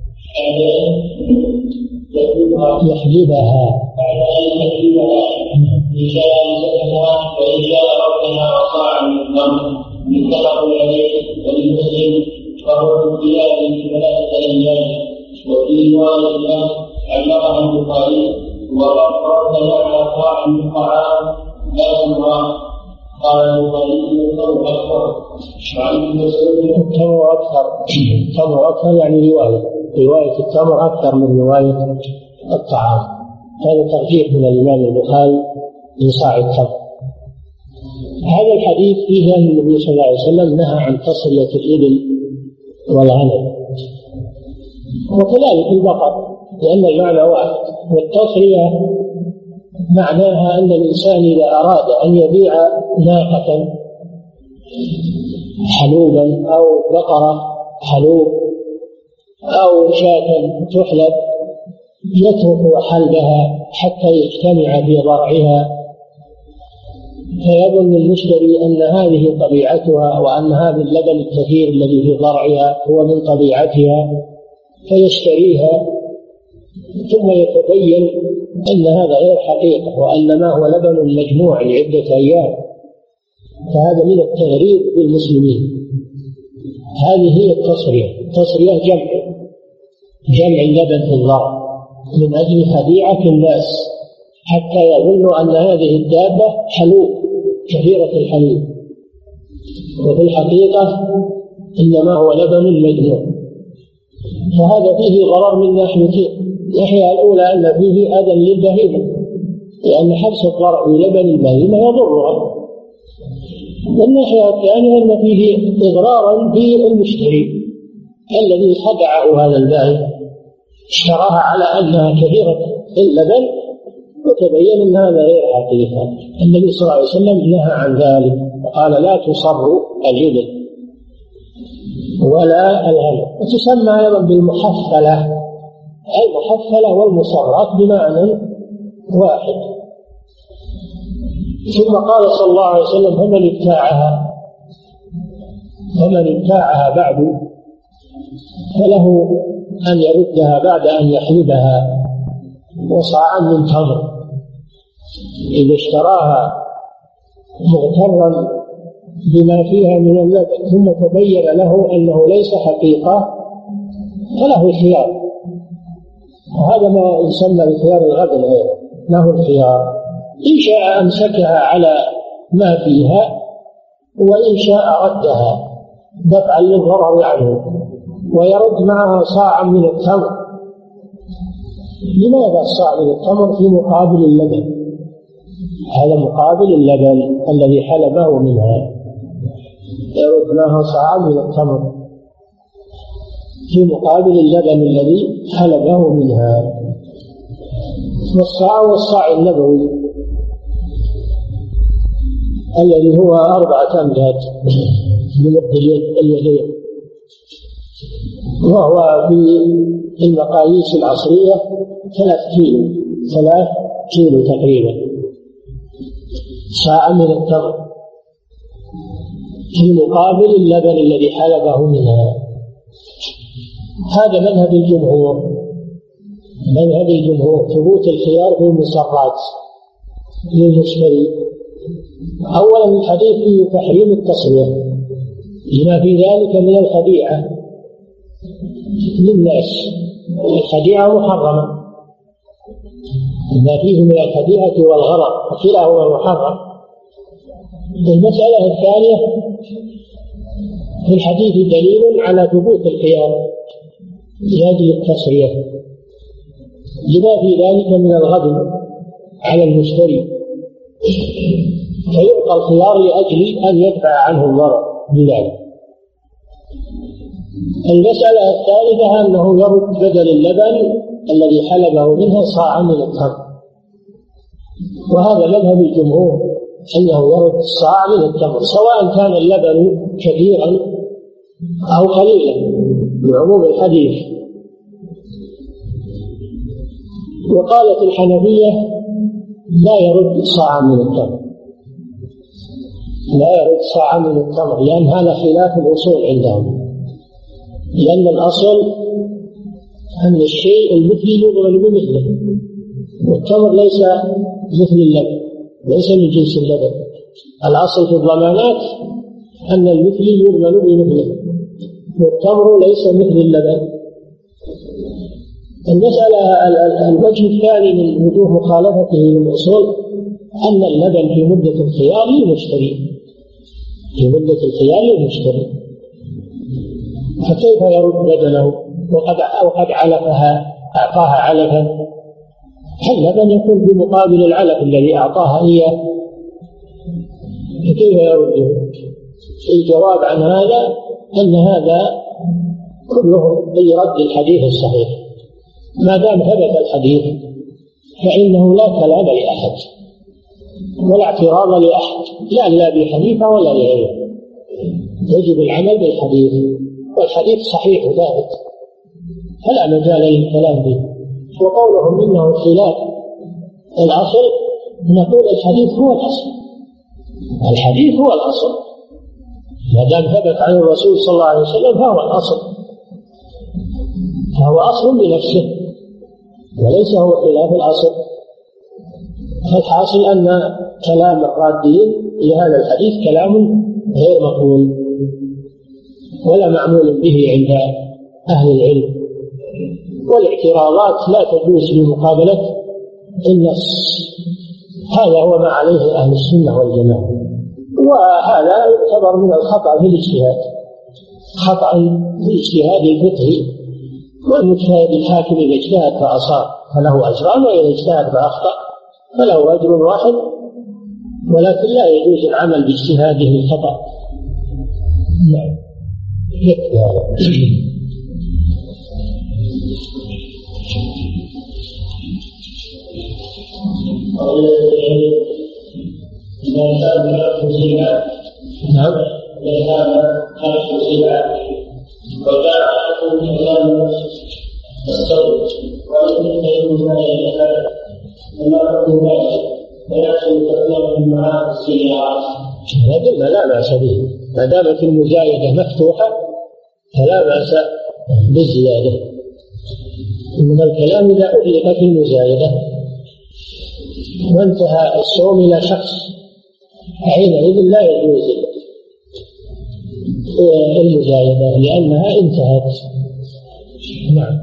يحلبها بعد ان يحلبها إن شاء مسكها وإن شاء ربها وصاع من تمر متفق عليه. ولمسلم: فهو في ثلاثة أيام. وفي رواية علقها البخاري وقد فرض على طاعم الطعام لا تمر. قال البخاري التمر اكثر. وعن ابن مسعود التمر اكثر التمر اكثر يعني روايه روايه التمر اكثر من روايه الطعام. هذا ترجيح من الامام البخاري من صاع التمر. هذا الحديث فيه أن النبي صلى الله عليه وسلم نهى عن تصرية الإبل والغنم، وكذلك البقر، لأن المعنى واحد. والتصرية معناها أن الإنسان إذا أراد أن يبيع ناقة حلوبا أو بقرة حلوب أو شاة تحلب يترك حلبها حتى يجتمع في ضرعها، فيظن المشتري أن هذه طبيعتها وأن هذا اللبن الكثير الذي في ضرعها هو من طبيعتها فيشتريها، ثم يتبين أن هذا غير حقيقة وأن ما هو لبن مجموع لعدة أيام، فهذا من التغريب بالمسلمين. هذه هي التصرية. التصرية جمع جمع اللبن في الضرع من أجل خديعة الناس حتى يظنوا أن هذه الدابة حلوب كثيرة الحليب، وفي الحقيقة إنما هو لبن مجموع. فهذا فيه ضرر من ناحيتين. الناحية الأولى أن فيه أذى للبهيمة، لأن حبس الضرع بلبن البهيمة يضرها. والناحية الثانية أن فيه إضرارا بالمشتري الذي خدعه هذا البائع، اشتراها على أنها كثيرة اللبن وتبين أن هذا غير حقيقة. النبي صلى الله عليه وسلم نهى عن ذلك وقال لا تصروا الإبل ولا الغنم. وتسمى أيضا بالمحفلة، المحفلة والمصرات بمعنى واحد. ثم قال صلى الله عليه وسلم فمن ابتاعها فمن ابتاعها بعد فله أن يردها بعد أن يحلبها وصاعا من تمر. إذا اشتراها مغترا بما فيها من اللبن ثم تبين له أنه ليس حقيقة فله الخيار، وهذا ما يسمى بخيار الغبن أيضا، له الخيار. إن شاء أمسكها على ما فيها وإن شاء ردها دفعا للضرر عنه ويرد معها صاعا من التمر. لماذا الصاع من التمر في مقابل اللبن؟ هذا مقابل اللبن الذي حلبه منها، يرد معها صاعا من التمر في مقابل اللبن الذي حلبه منها. والصاع والصاع النبوي الذي هو أربعة أمداد بمد اليدين، وهو في المقاييس العصرية ثلاث كيلو ثلاث كيلو تقريبا صاع من التمر في مقابل اللبن الذي حلبه منها. هذا مذهب الجمهور مذهب الجمهور ثبوت الخيار في المصرات للمشتري. أولا الحديث فيه تحريم التصرية لما في ذلك من الخديعة للناس، الخديعة محرمة، ما فيه من الخديعة والغرر وكلاهما محرم. المسألة الثانية في الحديث دليل على ثبوت الخيار لأجل التصرية لما في ذلك من الغبن على المشتري، فيبقى الخيار لأجل أن يدفع عنه الضرر بذلك. المسألة الثالثة أنه يرد بدل اللبن الذي حلبه منها صاعا من التمر، وهذا مذهب الجمهور أنه يرد صاع من التمر سواء كان اللبن كثيرا أو قليلا بعموم الحديث. وقالت الحنفية لا يرد صاعا من التمر لا يرد صاعا من التمر لأن هذا خلاف الأصول عندهم، لأن الأصل أن الشيء المثلي يضمن بمثله، والتمر ليس مثل اللبن، ليس من جنس اللبن. الأصل في الضمانات أن المثلي يضمن بمثله، والتمر ليس مثل اللبن. المسألة الوجه الثاني من وجوه مخالفته للأصول أن اللبن في مدة الخيار للمشتري، في مدة الخيار للمشتري، فكيف يرد بدنه وقد وقد علفها أعطاها علفا؟ اللبن يكون بمقابل العلف الذي أعطاها إياه، فكيف يرده؟ الجواب عن هذا أن هذا كله يرد الحديث الصحيح، ما دام ثبت الحديث فإنه لا كلام لأحد ولا اعتراض لأحد، لا لأبي حنيفة ولا لغيره، يجب العمل بالحديث، والحديث صحيح ثابت فلا مجال للكلام به. وقولهم إنه خلاف الأصل، نقول الحديث هو الأصل، الحديث هو الأصل، ما دام ثبت عن الرسول صلى الله عليه وسلم فهو الأصل، فهو أصل بنفسه وليس هو خلاف الأصل. فالحاصل أن كلام الرادين لهذا الحديث كلام غير مقبول ولا معمول به عند أهل العلم، والاعتراضات لا تجوز بمقابلة النص، هذا هو ما عليه أهل السنة والجماعة. وهذا يعتبر من الخطأ في الاجتهاد، خطأ في الاجتهاد الفقهي، والمجتهد الحاكم إذا اجتهد فأصاب فله أجران، وإذا اجتهد فأخطأ فله أجر واحد، ولكن لا يجوز العمل باجتهاده الخطأ. نعم يكفي هذا. نعم وجاء عنه كلام الصوت ولم يكن ذلك وما حكم ذلك فيحصل كثيرا من معاني السيارات. هذا لا بأس به ما دامت المزايدة مفتوحة فلا بأس بالزيادة من الكلام إذا أغلقت المزايدة وانتهى الصوم إلى شخص، حينئذ لا يجوز المزايدة لأنها انتهت. نعم.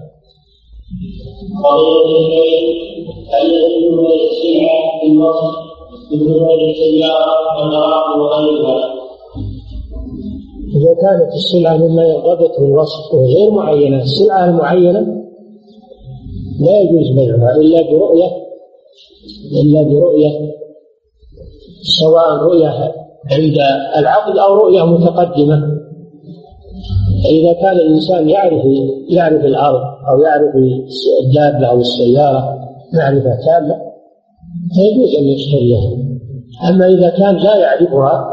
هل يجوز الاستماع في الوصف بدون السيارة والمرأة وغيرها؟ إذا كانت السلعة مما يرتبط بالوصف وغير معينة، السلعة المعينة لا يجوز بيعها إلا برؤية إلا برؤية سواء رؤية عند العقد أو رؤية متقدمة. إذا كان الإنسان يعرف يعرف الأرض أو يعرف الدابة أو السيارة معرفة تامة فيجوز أن يشتريها. أما إذا كان لا يعرفها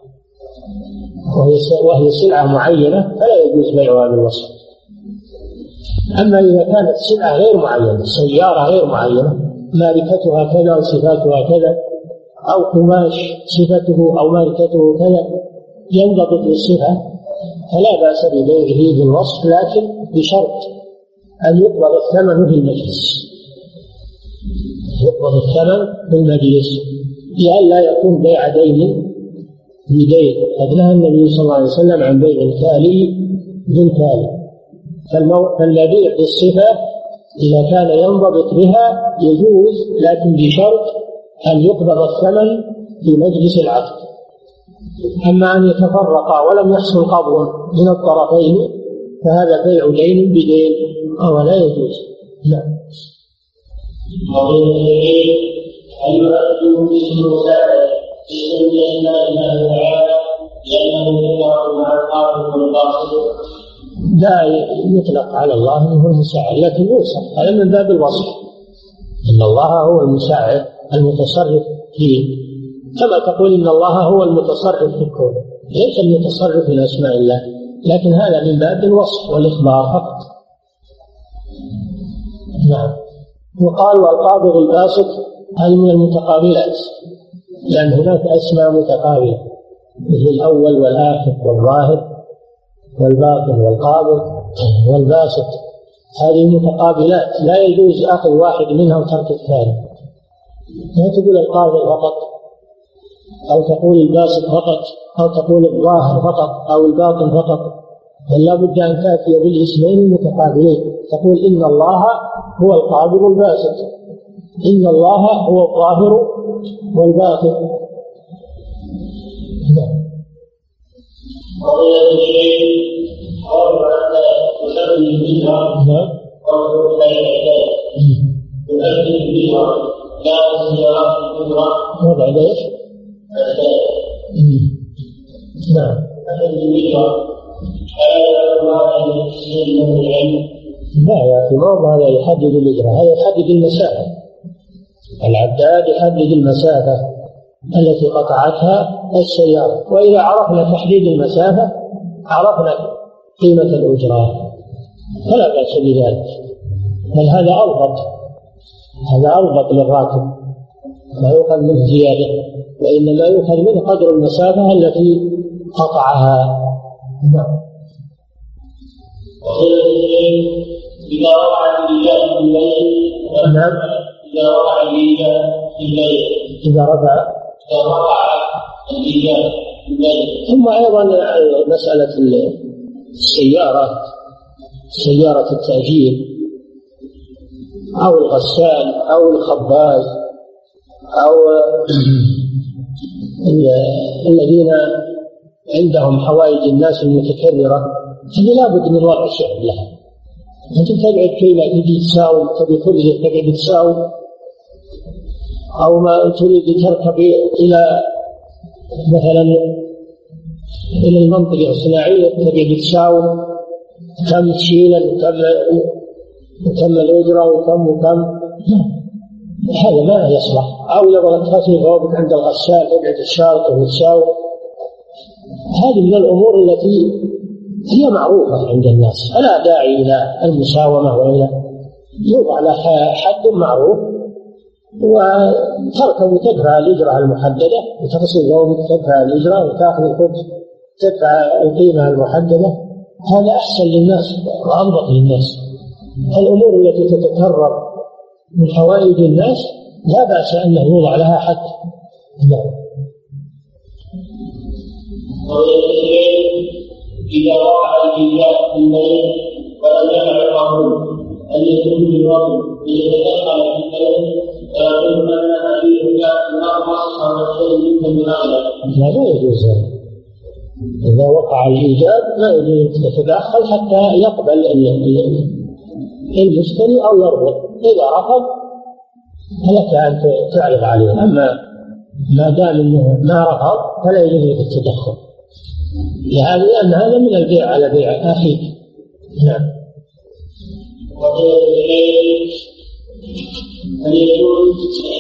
وهي سلعة معينة فلا يجوز بيعها بالوصف. أما إذا كانت سلعة غير معينة، سيارة غير معينة ماركتها كذا وصفاتها كذا، أو قماش صفته أو ماركته كذا ينضبط بالصفة، فلا بأس ببيعه بالوصف، لكن بشرط أن يقبض الثمن في المجلس، يقبض الثمن في المجلس لئلا يكون بيع دين بدين. قد نهى النبي صلى الله عليه وسلم عن بيع الكالي بالكالي، فالمبيع بالصفة إذا كان ينضبط بها يجوز، لكن بشرط أن يقبض الثمن في مجلس العقد. أما أن يتفرقا ولم يحصل قبض من الطرفين فهذا بيع دين بدين أو لا يجوز. نعم. هل يؤدوا اسم المساعدة اسم الله تعالى لأنه يطلق مع القاصد والقاصد؟ لا يطلق على الله أنه المساعد، لكن يوصف هذا من باب الوصف، إن الله هو المساعد المتصرف فيه، كما تقول إن الله هو المتصرف في الكون، ليس المتصرف في أسماء الله، لكن هذا من باب الوصف والإخبار فقط. نعم. وقال والقابض الباسط هذه من المتقابلات، لأن هناك أسماء متقابلة مثل الأول والآخر والظاهر والباطن والقابض والباسط، هذه متقابلات لا يجوز أخذ واحد منها وترك الثاني. لا تقول القابض فقط أو تقول الباسط فقط أو تقول الظاهر فقط أو الباطن فقط، فلا بد أن تأتي بالاسمين المتقابلين، تقول إن الله هو القابض الباسط، إن الله هو الظاهر والباطن. وبعد ايش؟ نعم. لا يا أخي، ما هو هذا يحدد الإجراء، هذا يحدد المسافة. العداد يحدد المسافة التي قطعتها السيارة، وإذا عرفنا تحديد المسافة عرفنا قيمة الإجراء، فلا بأس بذلك، بل هذا أضبط، هذا أضبط للراكب، لا يؤخذ منه زيادة، وإنما يؤخذ منه قدر المسافة التي قطعها. نعم. إذا وقع الإيجاب في الليل. نعم. إذا وقع الإيجاب في الليل. إذا رفع. إذا وقع الإيجاب في الليل. ثم أيضا مسألة السيارة، سيارة التأجير أو الغسال أو الخباز أو الذين عندهم حوائج الناس المتكررة، هذه لا بد من وضع شيء لها. أنت تقعد كيما تجي تساوي، تبي ترجع تقعد تساوي، أو ما تريد تركب إلى مثلا إلى المنطقة الصناعية تقعد تساوي كم تشيلا وكم وكم الأجرة وكم وكم، هذا ما يصلح. أو لو تغسل ثوبك عند الغسال تقعد تشارك وتساوي، هذه من الأمور التي هي معروفة عند الناس، فلا داعي إلى المساومة وإلى يوضع لها حد معروف، وتركب وتدفع الإجرة المحددة، وتغسل ثوبك تدفع الإجرة، وتأخذ الخبز تدفع القيمة المحددة، هذا أحسن للناس وأنظف للناس. الأمور التي تتكرر من حوائج الناس لا بأس أن يوضع لها حد. إذا وقع الإيجاب في الليل ولم يفعل القانون أن يكون بالوضع ليتدخل في الليل فيقول أن هذه الإيجاب ناقص أو شيء من هذا. لا لا يجوز. إذا وقع الإيجاب لا يجوز أن تتدخل حتى يقبل المشتري أو يرفض. إذا رفض فلك أن تعرض عليه، أما ما دام أنه ما رفض فلا يجوز التدخل، يعني لأن هذا من البيع على بيع أخيك. نعم. هل يجوز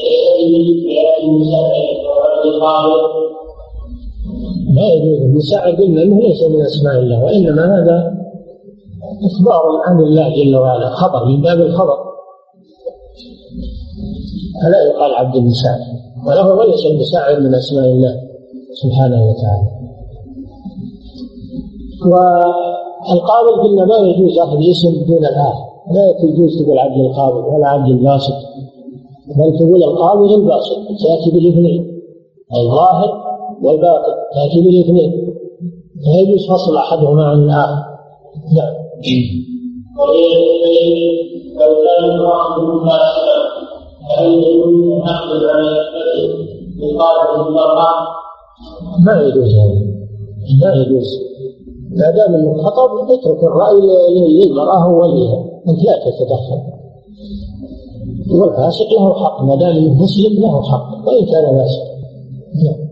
لا يجوز المساعد، قلنا أنه ليس من أسماء الله، وإنما هذا إخبار عن الله جل وعلا، خبر من باب الخبر، فلا يقال عبد المساعد، وله وليس المساعد من أسماء الله سبحانه وتعالى. والقابض قلنا ما يجوز أخذ اسم دون الآخر، لا يجوز تقول عبد القابض ولا عبد الباسط، بل تقول القابض الباسط، تأتي بالاثنين، الظاهر والباطن تأتي بالاثنين، لا يجوز فصل أحدهما عن الآخر. نعم. لو كان القابض مباشرا هل يجوز أن نأخذ على القابض المرأة؟ ما يجوز هذا، لا يجوز، ما دام انه خطب اترك الرأي للمرأة هو وليها، انت لا تتدخل. والفاسق له حق، ما دام انه مسلم له حق وان كان فاسق. نعم.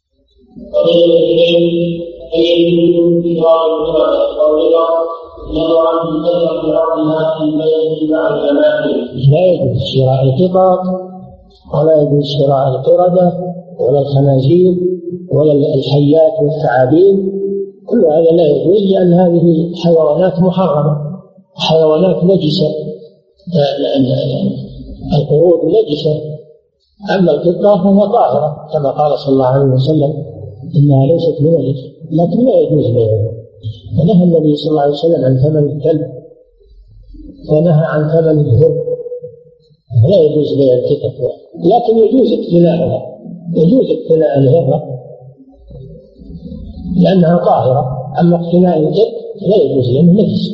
لا يجوز شراء القطط، ولا يجوز شراء القردة ولا الخنازير ولا الحيات والثعابين، كل هذا لا يجوز، لأن هذه حيوانات محرمة، حيوانات نجسة، لأن القرود نجسة، أما القطة فهي طاهرة كما قال صلى الله عليه وسلم إنها ليست بنجس، لكن لا يجوز بيعها. ونهى النبي صلى الله عليه وسلم عن ثمن الكلب، ونهى عن ثمن الذئب، لا يجوز بيع القطط، لكن يجوز اقتناؤها، يجوز اقتناء الهرة لأنها طاهرة. أما اقتناء الذئب لا يجوز لأنه نجس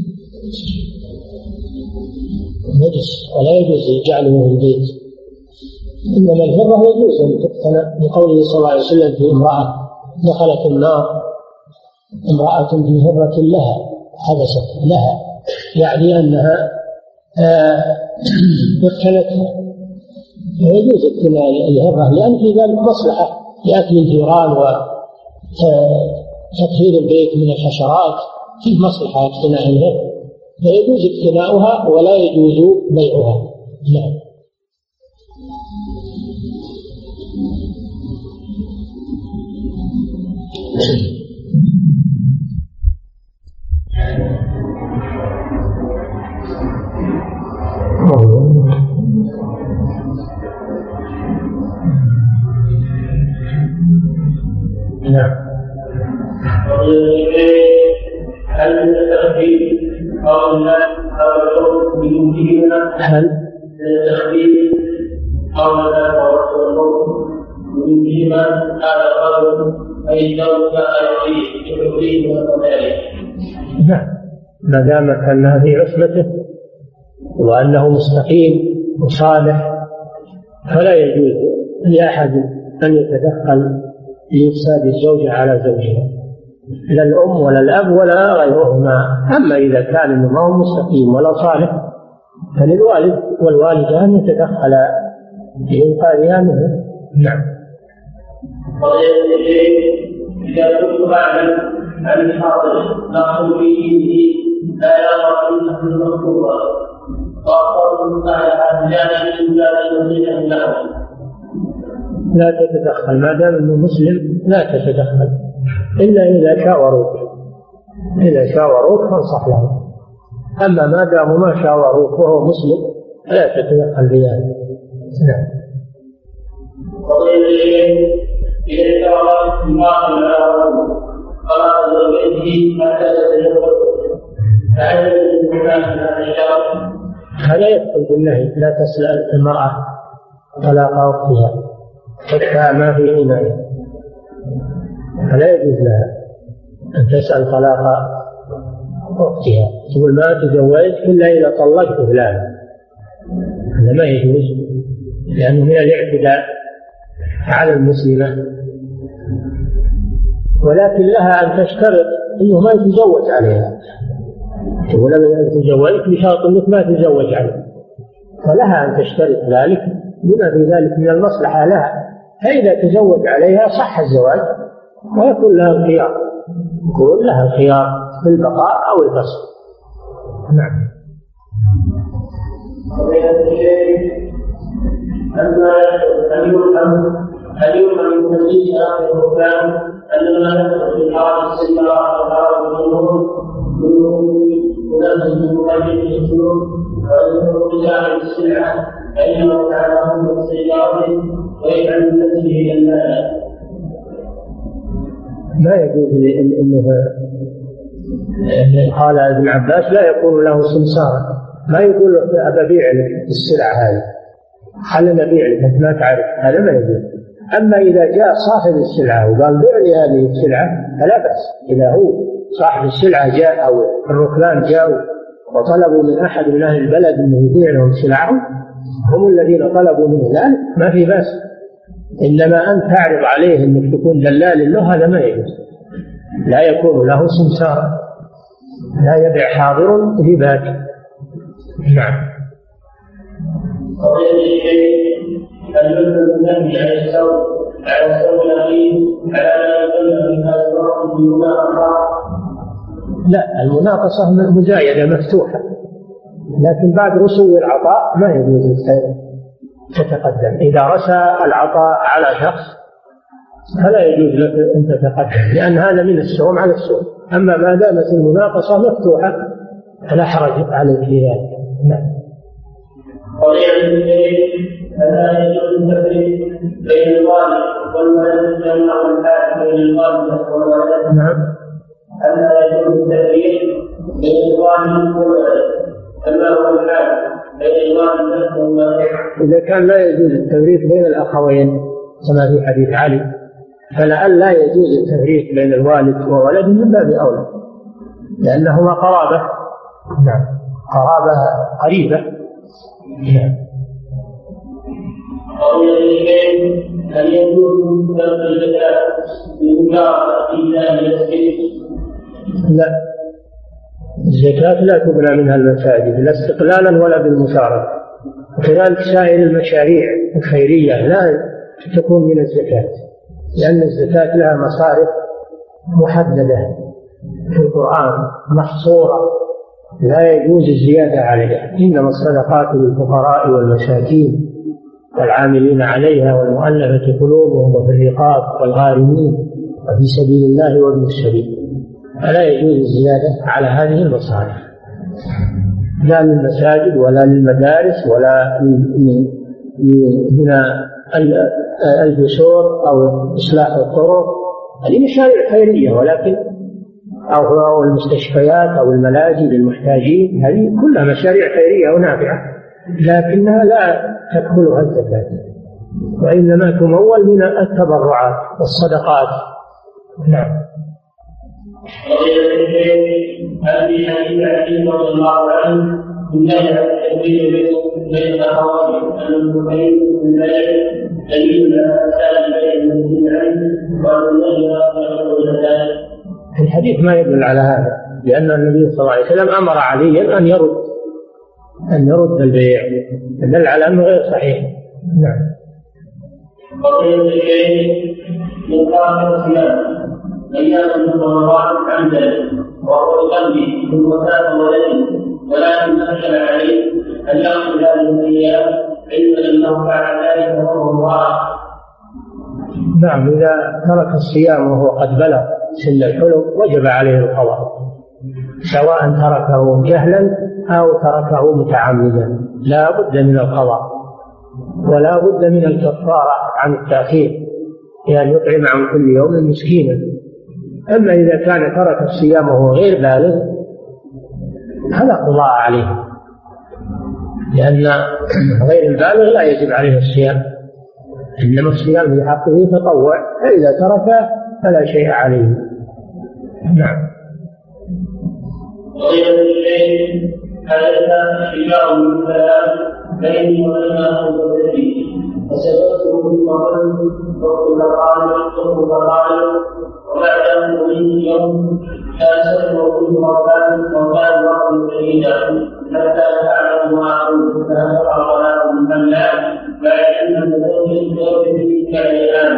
نجس ولا يجوز جعله في البيت. إنما الهرة يجوز أن تقتنى لقوله صلى الله عليه وسلم في امرأة دخلت النار امرأة في هرة لها حبست لها، يعني أنها اقتنتها. ويجوز اقتناء الهرة لأن في ذلك مصلحة لأكل الجيران وتطهير البيت من الحشرات، فيه مصلحة اقتناء الهرة، فيجوز اقتناؤها ولا يجوز بيعها. نعم. نعم. هل التخفيف أو لا أو الحكم بوجودهما؟ هل التخفيف أو لا أو الحكم بوجودهما هذا قول أي لو كان يريد وكذلك؟ نعم، ما دام أنها في عصمته وأنه مستقيم وصالح فلا يجوز لأحد أن يتدخل لإفساد الزوجة على زوجها، لا الأم ولا الأب ولا غيرهما. أما إذا كان إنه ما هو مستقيم ولا صالح فللوالد والوالدة أن يتدخلا في إنقاذها منه. نعم. إذا كنت أعلم أن الحاضر نقول فيه لا يرى إلا في المخطوبة وأخبرت على جانب لا يصير له، لا تتدخل ما دام أنه مسلم، لا تتدخل إلا إذا شاوروك، إذا شاوروك فانصح له. أما ما دام ما شاوروك وهو مسلم لا تتدخل بذلك. نعم. إذا اشترط المال على قرار زوجته حتى تتزوج فهل يجوز هذا الشرط؟ هذا يدخل بالنهي، لا تسأل المرأة طلاق أختها حتى ما في عناية، فلا يجوز لها أن تسأل طلاق أختها، تقول ما تزوجت إلا إذا طلقت فلان، هذا ما يجوز لأنه من الاعتداء على المسلمة. ولكن لها أن تشترط أنه ما يتزوج عليها، تقول أنا تزوجت بشرط أنك ما تتزوج عليه، فلها أن تشترط ذلك بما في ذلك من المصلحة لها. فإذا تزوج عليها صح الزواج ويكون لها الخيار، يكون لها الخيار في البقاء أو الفسخ. نعم. أما هل يفهم هل يفهم من تسجيل آخر الحكام أن ما يحصل في الحرام السيارة والحرام والنور ونفس المقابل السلوك ويذكر بجانب السلعة فإنه كان أمر السيارة ويجعل التي هي المال؟ ما يجوز أنه قال ابن عباس لا يكون له سمسار، ما يقول أبى بيع لك السلعة هذه، خلنا نبيع لك أنت ما تعرف، هذا ما يجوز. أما إذا جاء صاحب السلعة وقال بيع لي هذه السلعة فلا بأس. إذا هو صاحب السلعة جاء أو الركبان جاءوا وطلبوا من أحد من أهل البلد أنه يبيع لهم سلعهم، هم الذين طلبوا منه ذلك، ما في بأس. إنما أن تعرض عليه أنك تكون دلال له هذا ما يجوز، لا يكون له سمسار، لا يبيع حاضر رباك. نعم. هل النبي على السوء على السوء الأخير على ما يدل من هذا الوقت بالمناقصة؟ لا، المناقصة مزايدة مفتوحة، لكن بعد رسو العطاء ما يجوز تتقدم. إذا رسى العطاء على شخص فلا يجوز لك أن تتقدم، لأن هذا من السوم على السوم. أما ما دامت المناقصة مفتوحة فلا حرج عليك في ذلك. نعم. قضية الليل فلا يجوز التفريق بين الوالد والولد جمع الحال بين الوالد والولد. نعم. ألا يجوز التفريق بين الوالد والولد كما هو الحال بين الوالد والولد. إذا كان لا يجوز التفريق بين الأخوين كما في حديث علي، فلأن لا يجوز التفريق بين الوالد وولده من باب أولى، لأنهما قرابة. نعم، قرابة قريبة. نعم. هل يجوز دفع الزكاة بالمجارة إلا المسجد؟ لا، الزكاة لا تبنى منها المساجد لا استقلالا ولا بالمشاركة. وكذلك سائر المشاريع الخيرية لا تكون من الزكاة، لأن الزكاة لها مصارف محددة في القرآن محصورة لا يجوز الزيادة عليها. إنما الصدقات للفقراء والمساكين والعاملين عليها والمؤلفة قلوبهم وفي الرقاب والغارمين وفي سبيل الله وابن السبيل، فلا يجوز الزيادة على هذه المصارف لا للمساجد ولا للمدارس ولا من الجسور أو إصلاح الطرق. هذه مشاريع خيرية، ولكن أو المستشفيات أو الملاجئ للمحتاجين، هذه كلها مشاريع خيرية ونافعة، لكنها لا تدخلها الزكاة، وإنما تمول من التبرعات والصدقات. نعم. هل في حديث علي رضي الله عنه إنها التكبير بين الحوادث المبين من ذلك دليل على أساس بين المسلمين وأن الحديث ما يدل على هذا، لأن النبي صلى الله عليه وسلم أمر عليا أن يرد أن يرد البيع، دل على أنه غير صحيح. نعم. وقيل الشيء من كافر الصيام أيام المتورات عن ذلك وهو يصلي ثم تاب ولده ولكن أشكل عليه أن يأخذ هذه الأيام علما أنه فعل ذلك وهو مبارك. نعم، إذا ترك الصيام وهو قد بلغ سن الحلم وجب عليه القضاء، سواء تركه جهلا أو تركه متعمدا، لا بد من القضاء ولا بد من الكفارة عن التأخير، يعني يطعم عن كل يوم مسكينا. أما إذا كان ترك الصيام وهو غير بالغ فلا قضاء عليه، لأن غير البالغ لا يجب عليه الصيام، إنما الصيام في حقه تطوع، فإذا تركه فلا شيء عليه. نعم. وغير الشيء حدث شجار من ثلاث بيني وبينه وبينه فسببته من قبل وقت فقال وقت فقال وبعد من يوم كان وكل مرتان وكان وقت بعيدا حتى تعلم ما أقول فأسرع صلاة من لا بعد أن تزوج به كالآن.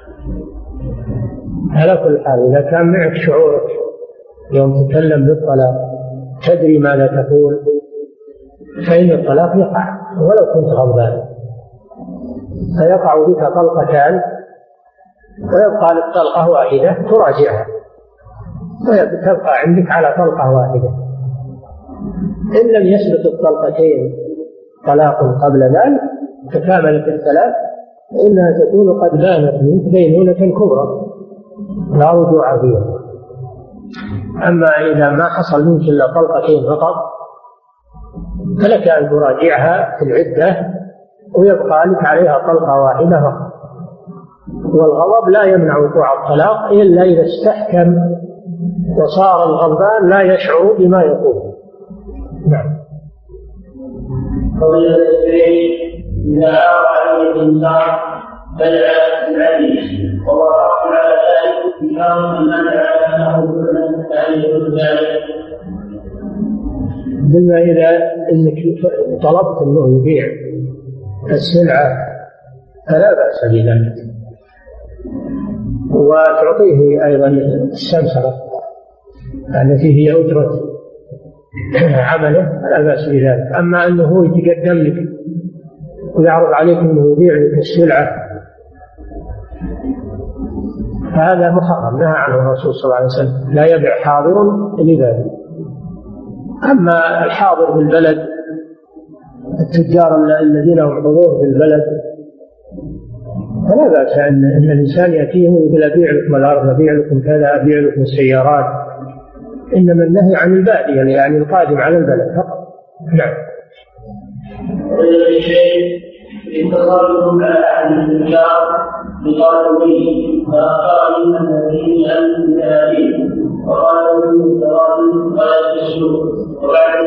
على كل حال، إذا كان معك شعورك يوم تتكلم بالطلاق تدري ماذا تقول، فإن الطلاق يقع ولو كنت غضبان، فيقع بك طلقتان ويبقى لك طلقة واحدة تراجعها، وتبقى عندك على طلقة واحدة. إن لم يسبق الطلقتين طلاق قبل ذلك تكاملت الثلاث، إنها تكون قد بانت منك بينونة كبرى لا رجوع فيها. أما إذا ما حصل منك إلا طلقتين فقط فلك أن تراجعها في العدة ويبقى لك عليها طلقة واحدة فقط. والغضب لا يمنع وقوع الطلاق إلا إذا استحكم وصار الغضبان لا يشعر بما يقول. نعم. قول الشيء إذا عرف عليه الإنسان فدعا بالعدل ووقف على ذلك بشرط أن منع له أن يكون ذلك. قلنا إذا إنك طلبت أنه يبيع السلعة فلا بأس بذلك، وتعطيه أيضا السمسرة التي هي أجرة عمله فلا بأس بذلك. أما أنه يتقدم لك ويعرض عليك أنه يبيع لك السلعة فهذا محرم، نهى عنه الرسول صلى الله عليه وسلم، لا يبيع حاضر لبادئ. أما الحاضر في البلد، التجار الذين هم حضور في البلد، فلا بأس أن الإنسان يأتيه ويقول أبيع لكم الأرض، أبيع لكم كذا، أبيع لكم السيارات. إنما النهي عن البادية يعني القادم على البلد فقط. نعم. وإذا شيء اتصلتم على أحد التجار بقال به فأخبرني أن فيه ألف ثلاثين وقال له التراضي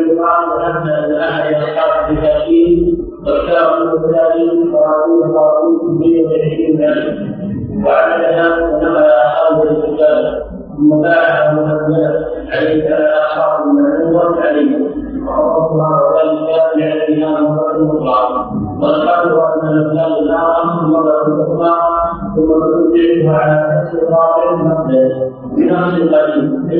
يقال أن أحد أصحاب الكافرين واختار الثاني قرابين قرابين مئة وعشرين ألف وعلى ذلك نقل أصحاب الكتاب ثم باعه محمد عليه أصحاب المعروف عليه وحفظ الله ذلك لعلمها مفرد الله وذكروا أن الأولاد الآخر مرة أخرى ثم ترجعها على نفس الرابع المقدس بنفس القديم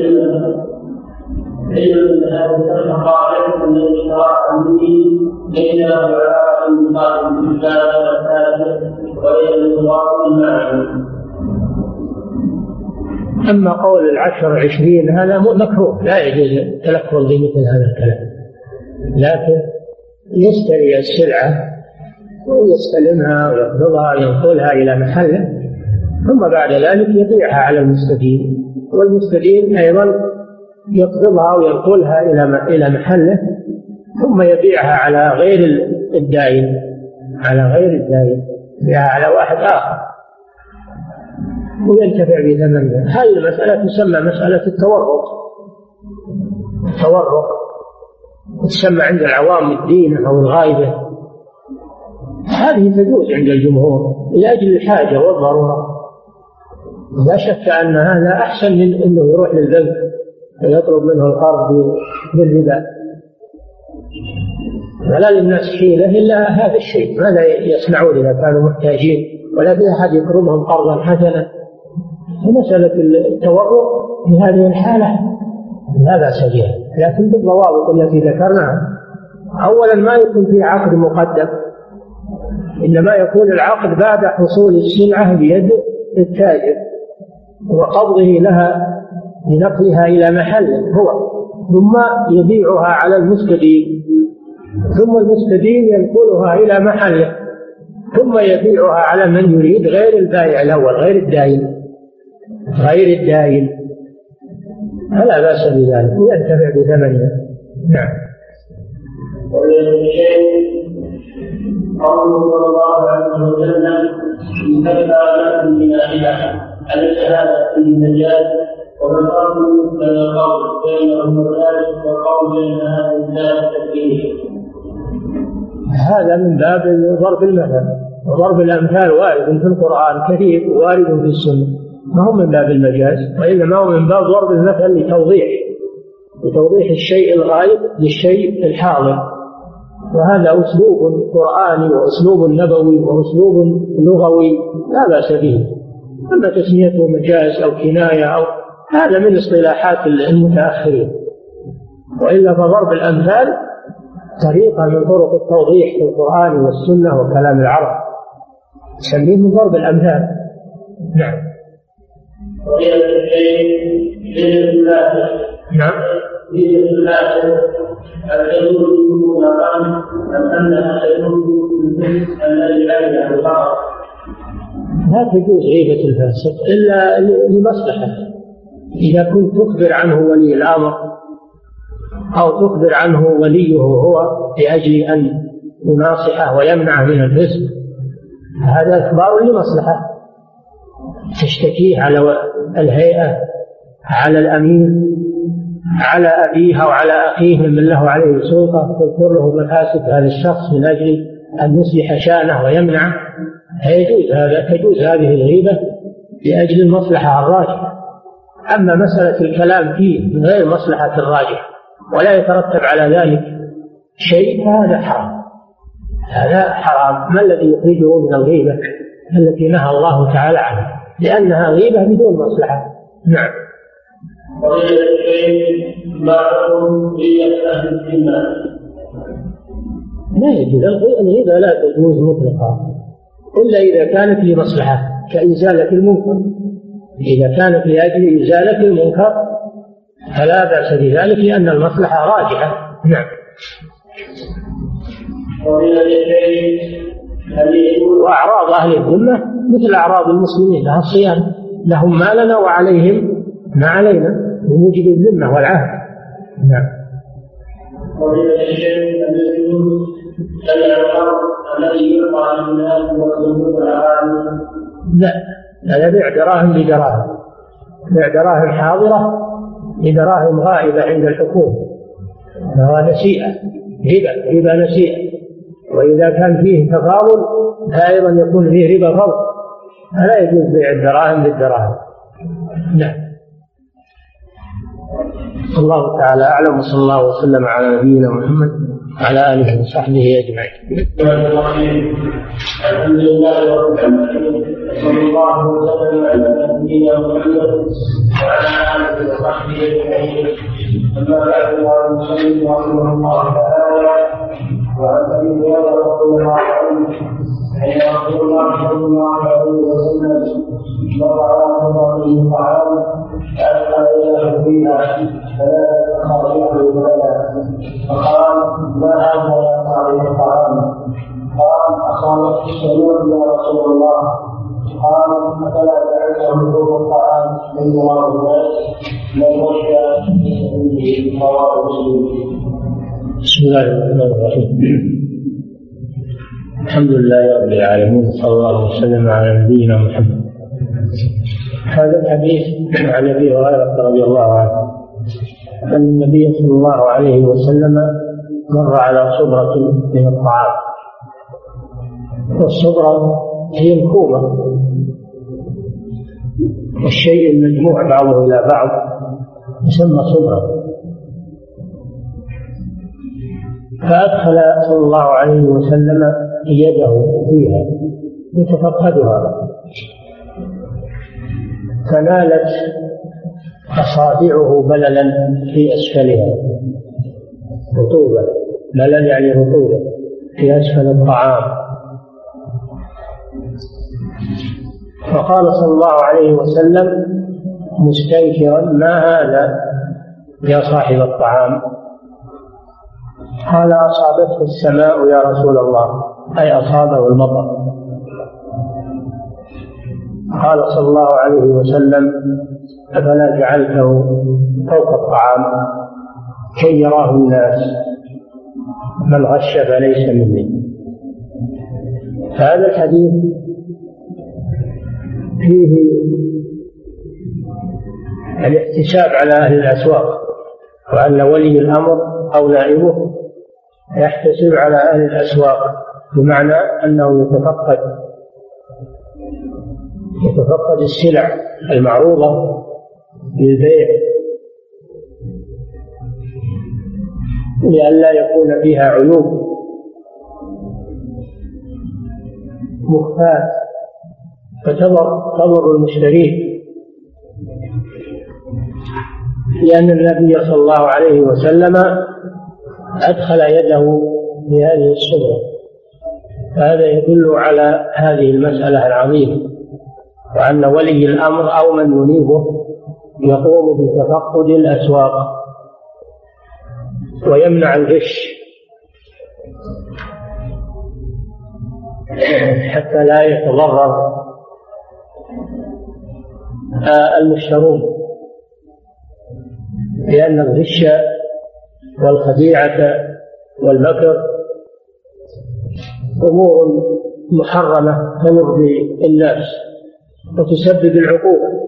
علم أن هذا القاعدة الذي شرع به بين دعاء المقام في الباب الثالث وهي الإضرار المعنى. أما قول العشر عشرين هذا مكروه، لا يجوز التلفظ بمثل هذا الكلام، لكن يشتري السلعة ويستلمها ويقبضها وينقلها إلى محله ثم بعد ذلك يبيعها على المستدين، والمستدين أيضا يقبضها وينقلها إلى إلى محله ثم يبيعها على غير الدائن على غير الدائن يبيعها على واحد آخر وينتفع بثمنها. هذه المسألة تسمى مسألة التورق. التورق تسمى عند العوام الدين أو الغائبة، هذه تجوز عند الجمهور لأجل الحاجة والضرورة. لا شك أن هذا أحسن من أنه يروح للبنك ويطلب منه القرض بالربا، ولا للناس حيلة إلا هذا الشيء. ماذا يصنعون إذا كانوا محتاجين ولا في أحد يكرمهم قرضا حسنا؟ ومسألة التورق في هذه الحالة لا بأس بها، لكن بالضوابط التي ذكرناها. أولا ما يكون في عقد مقدم، إنما يكون العقد بعد حصول السلعة بيد التاجر وقبضه لها لنقلها إلى محله هو، ثم يبيعها على المستدين، ثم المستدين ينقلها إلى محله، ثم يبيعها على من يريد غير البائع الأول غير الدائن غير الدائن فلا بأس بذلك وينتفع بثمنها. نعم. قوله صلى الله عليه وسلم كيف لكم من أخلاق أليس هذا في النجاة ومن بين القول بينهم وذلك والقول بين هذا الناس تكفيه. هذا من باب ضرب المثل، وضرب الأمثال وارد في القرآن كثير وارد في السنة، ما هو من باب المجاز وإنما هو من باب ضرب المثل لتوضيح لتوضيح الشيء الغائب للشيء الحاضر، وهذا أسلوب قرآني وأسلوب نبوي وأسلوب لغوي لا بأس به. أما تسميته مجاز أو كناية أو هذا من اصطلاحات المتأخرين، وإلا فضرب الأمثال طريقة من طرق التوضيح في القرآن والسنة وكلام العرب يسميه من ضرب الأمثال. نعم. نعم. لا تجوز غيبة الفاسق إلا لمصلحة، إذا كنت تخبر عنه ولي الأمر أو تخبر عنه وليه هو لأجل أن يناصحه ويمنعه من الفسق، هذا إخبار لمصلحة، تشتكيه على الهيئة على الأمير على أبيه أو على أخيه من له عليه سلطة، تذكر له مفاسد هذا الشخص من أجل أن يصلح شأنه ويمنعه، يجوز هذا تجوز هذه الغيبة لأجل المصلحة الراجحة. أما مسألة الكلام فيه من غير مصلحة الراجحة ولا يترتب على ذلك شيء فهذا حرام، هذا حرام. ما الذي يخرجه من الغيبة التي نهى الله تعالى عنها؟ لأنها غيبة بدون مصلحة. نعم. لا يجوز الغيبة، لا تجوز مطلقا إلا إذا كانت لمصلحة كإزالة المنكر، إذا كانت لأجل إزالة المنكر فلا بأس بذلك لأن المصلحة راجحة. نعم. وأعراض أهل الذمة مثل أعراض المسلمين لها الصيانة، لهم ما لنا وعليهم ما علينا بموجب الذمة والعهد. نعم. لا، هذا بيع دراهم بدراهم، بيع دراهم حاضرة بدراهم غائبة عند الحكومة، فهو نسيئة، ربا ربا نسيئة. وإذا كان فيه تفاضل فأيضا يكون فيه ربا فضل، فلا يجوز بيع الدراهم بالدراهم. نعم. الله تعالى أعلم، وصلى الله وسلم على نبينا محمد وعلى آله وصحبه أجمعين. الحمد لله رب العالمين، صلى الله وسلم على نبينا محمد وعلى آله وصحبه أجمعين. أما بعد، قال المصنف رحمه الله تعالى: وعن أبي هريرة رضي الله عنه أن رسول الله صلى الله عليه وسلم مر على قرة طعام فأدخل إليه فيها ثلاثة أصابع ثلاثة، فقال: ما هذا يا صاحب الطعام؟ قال: أصابتك الشرور يا رسول الله. قال: أفلا تعلم حقوق الطعام من مراد الناس من وجه رواه مسلم. بسم الله الرحمن الرحيم. الحمد لله رب العالمين، صلى الله وسلم على نبينا محمد. هذا الحديث عن ابي هريره رضي الله عنه ان النبي صلى الله عليه وسلم مر على صبرة من الطعام، والصبرة هي الكومة والشيء المجموع بعضه إلى بعض يسمى صبرة. فأدخل صلى الله عليه وسلم يده فيها يتفقدها، فنالت أصابعه بللا في أسفلها، رطوبة، بلل يعني رطوبة في أسفل الطعام. فقال صلى الله عليه وسلم مستنكرا: ما هذا يا صاحب الطعام؟ قال: أصابته السماء يا رسول الله، أي أصابه المطر. قال صلى الله عليه وسلم: أفلا جعلته فوق الطعام كي يراه الناس؟ من غش فليس مني. فهذا الحديث فيه الاحتساب على أهل الأسواق، وأن ولي الأمر أو نائبه يحتسب على أهل الأسواق، بمعنى أنه يتفقد يتفقد السلع المعروضة للبيع لئلا يكون فيها عيوب مخفاة فتضر تضر المشترين، لأن النبي صلى الله عليه وسلم أدخل يده في هذه الصبرة. فهذا يدل على هذه المسألة العظيمة، وأن ولي الأمر أو من ينيبه يقوم بتفقد الأسواق ويمنع الغش حتى لا يتضرر المشترون، لأن الغش والخديعة والمكر أمور محرمة تضر الناس وتسبب العقوبة.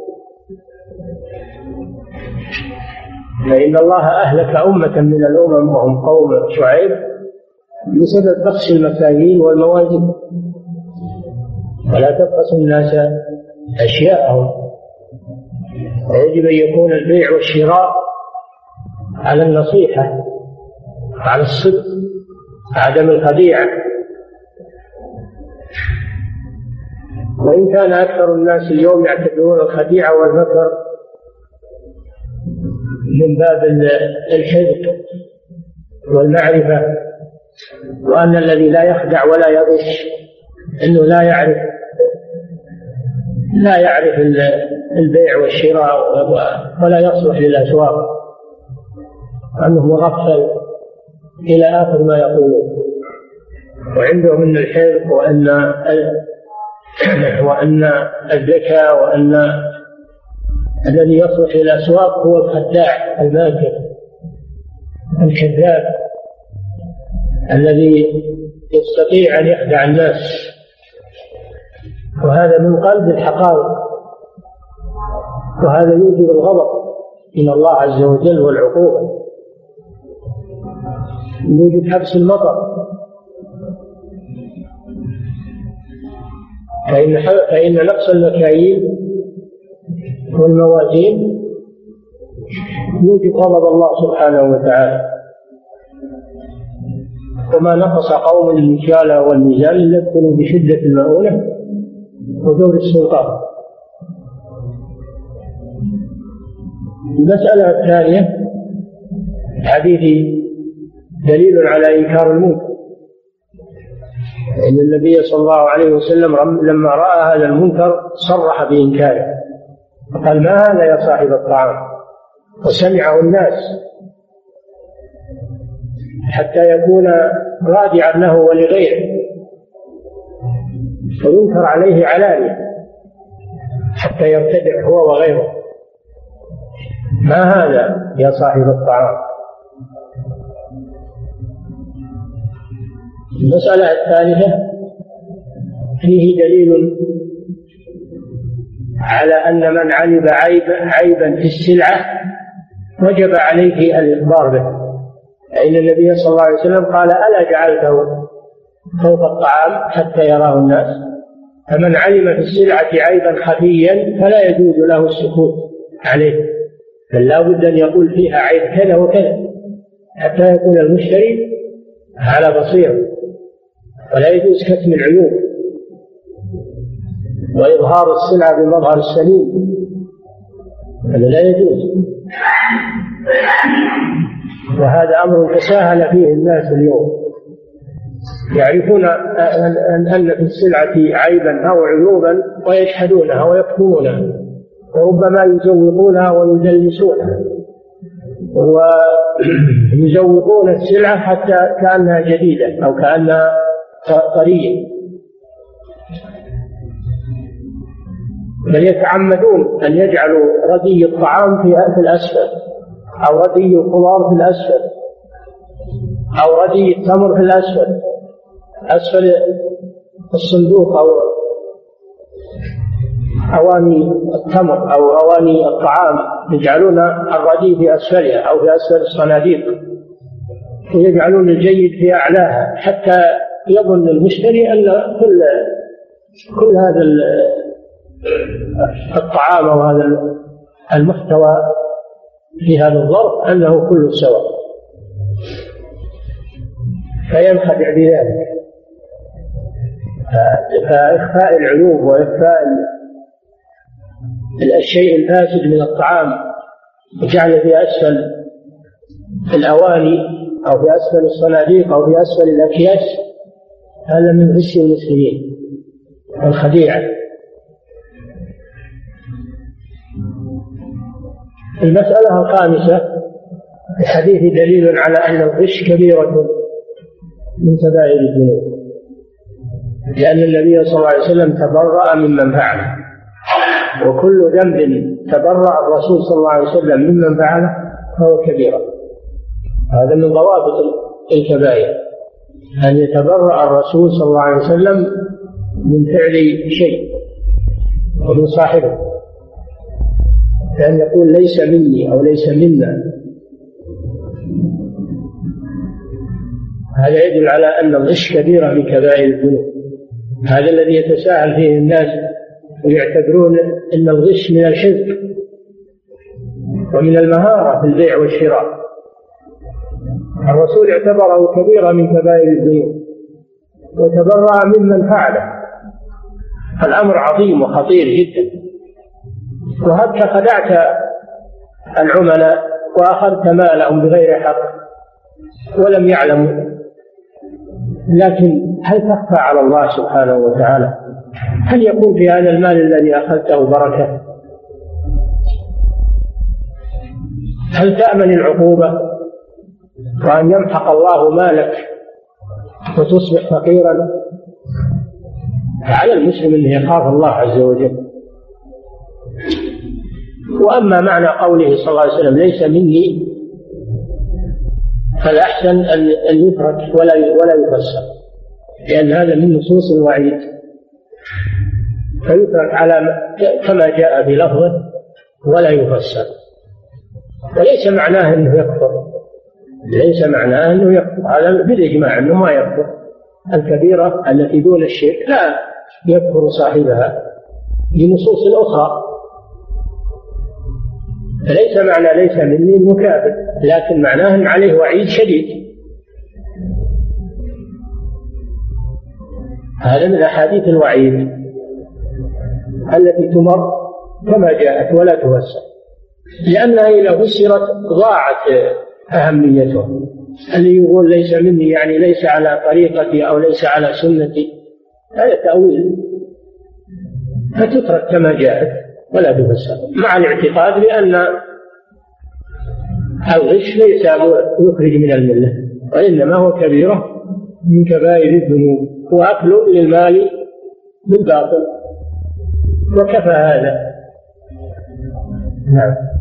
فإن الله أهلك أمة من الأمم وهم قوم شعيب بسبب بخس المكاييل والموازين. ولا تبخسوا الناس أشياءهم، ويجب أن يكون البيع والشراء على النصيحة، على الصدق، عدم الخديعة. وإن كان أكثر الناس اليوم يعتبرون الخديعة والمكر من باب الحذق والمعرفة، وأن الذي لا يخدع ولا يغش إنه لا يعرف لا يعرف البيع والشراء ولا يصلح للأسواق، أنه مغفل إلى آخر ما يقولون. وعندهم من الحذق وأن وأن الذكاء وأن الذي يصلح للأسواق هو الخداع الماكر الكذاب الذي يستطيع أن يخدع الناس، وهذا من قلب الحقائق، وهذا يوجب الغضب من الله عز وجل والعقوبة. يوجد حبس المطر، فإن فإن نقص المكاييل والموازين يوجب غضب الله سبحانه وتعالى. وما نقص قوم المكيال والميزان إلا ابتلوا بشدة المؤونة وجور السلطان. المسألة الثانية حديث دليل على إنكار المنكر، إن النبي صلى الله عليه وسلم لما رأى هذا المنكر صرح بإنكاره، قال: ما هذا يا صاحب الطعام؟ وسمعه الناس حتى يكون رادعا له ولغيره، وينكر عليه علانية حتى يرتدع هو وغيره. ما هذا يا صاحب الطعام؟ المسألة الثالثة فيه دليل على أن من علم عيب عيبا في السلعة وجب عليه الإخبار به، فإن النبي صلى الله عليه وسلم قال: ألا جعلته فوق الطعام حتى يراه الناس؟ فمن علم في السلعة عيبا خفيا فلا يجوز له السكوت عليه، بل لا بد أن يقول فيها عيب كذا وكذا حتى يكون المشتري على بصيرة. ولا يجوز كتم العيوب وإظهار السلعة بمظهر السليم، هذا لا يجوز. وهذا أمر تساهل فيه الناس اليوم، يعرفون أن في السلعة عيبا أو عيوبا ويجحدونها ويكتمونها، وربما يزوقونها ويدلسونها ويزوقون السلعة حتى كأنها جديدة أو كأنها طرية، بل يتعمدون أن يجعلوا ردي الطعام في الأسفل، أو ردي الخضار في الأسفل، أو ردي التمر في الأسفل، أسفل الصندوق أو أواني التمر أو أواني الطعام، يجعلون الردي في أسفلها أو في أسفل الصناديق، ويجعلون الجيد في أعلاها حتى يظن المشتري أن كل كل هذا الطعام أو هذا المحتوى في هذا الظرف أنه كله سواء، فينخدع بذلك. فإخفاء العيوب وإخفاء الشيء الفاسد من الطعام وجعله في أسفل الأواني أو في أسفل الصناديق أو في أسفل الأكياس، هذا من غش المسلمين والخديعة. المسألة الخامسة في الحديث دليل على أن الغش كبيرة من كبائر الذنوب، لأن النبي صلى الله عليه وسلم تبرأ ممن فعله، وكل ذنب تبرأ الرسول صلى الله عليه وسلم ممن فعله فهو كبيرة. هذا من ضوابط الكبائر، أن يتبرأ الرسول صلى الله عليه وسلم من فعل شيء ومن صاحبه، كأن يقول ليس مني أو ليس منا. هذا يدل على أن الغش كبيرة من كبائر الذنوب. هذا الذي يتساهل فيه الناس ويعتبرون أن الغش من الحذق ومن المهارة في البيع والشراء. الرسول اعتبره كبيرة من كبائر الذنوب وتبرأ ممن فعله. الأمر عظيم وخطير جدا. وهبت خدعت العملاء وأخذت مالهم بغير حق ولم يعلموا، لكن هل تخفى على الله سبحانه وتعالى؟ هل يكون في هذا المال الذي أخذته بركة؟ هل تأمن العقوبة وأن يمحق الله مالك وتصبح فقيرا؟ على المسلم أن يخاف الله عز وجل. وأما معنى قوله صلى الله عليه وسلم ليس مني، فالأحسن أن يترك ولا ولا يفسر، لأن هذا من نصوص الوعيد، فيترك على كما جاء بلفظه ولا يفسر. وليس معناه أنه يكفر، ليس معناه أنه يكفر، هذا بالإجماع أنه ما يكفر. الكبيرة التي دون الشرك لا يكفر صاحبها بنصوص أخرى، فليس معنى ليس مني مكافر، لكن معناه أن عليه وعيد شديد. هذا من أحاديث الوعيد التي تمر كما جاءت ولا تفسر، لأنها إذا فسرت ضاعت أهميته. اللي يقول ليس مني يعني ليس على طريقتي أو ليس على سنتي، هذا تأويل، فتترك كما جاءت ولا تفسر، مع الاعتقاد بأن الغش ليس يخرج من الملة، وإنما هو كبيرة من كبائر الذنوب، وأكل للمال بالباطل، وكفى هذا. نعم.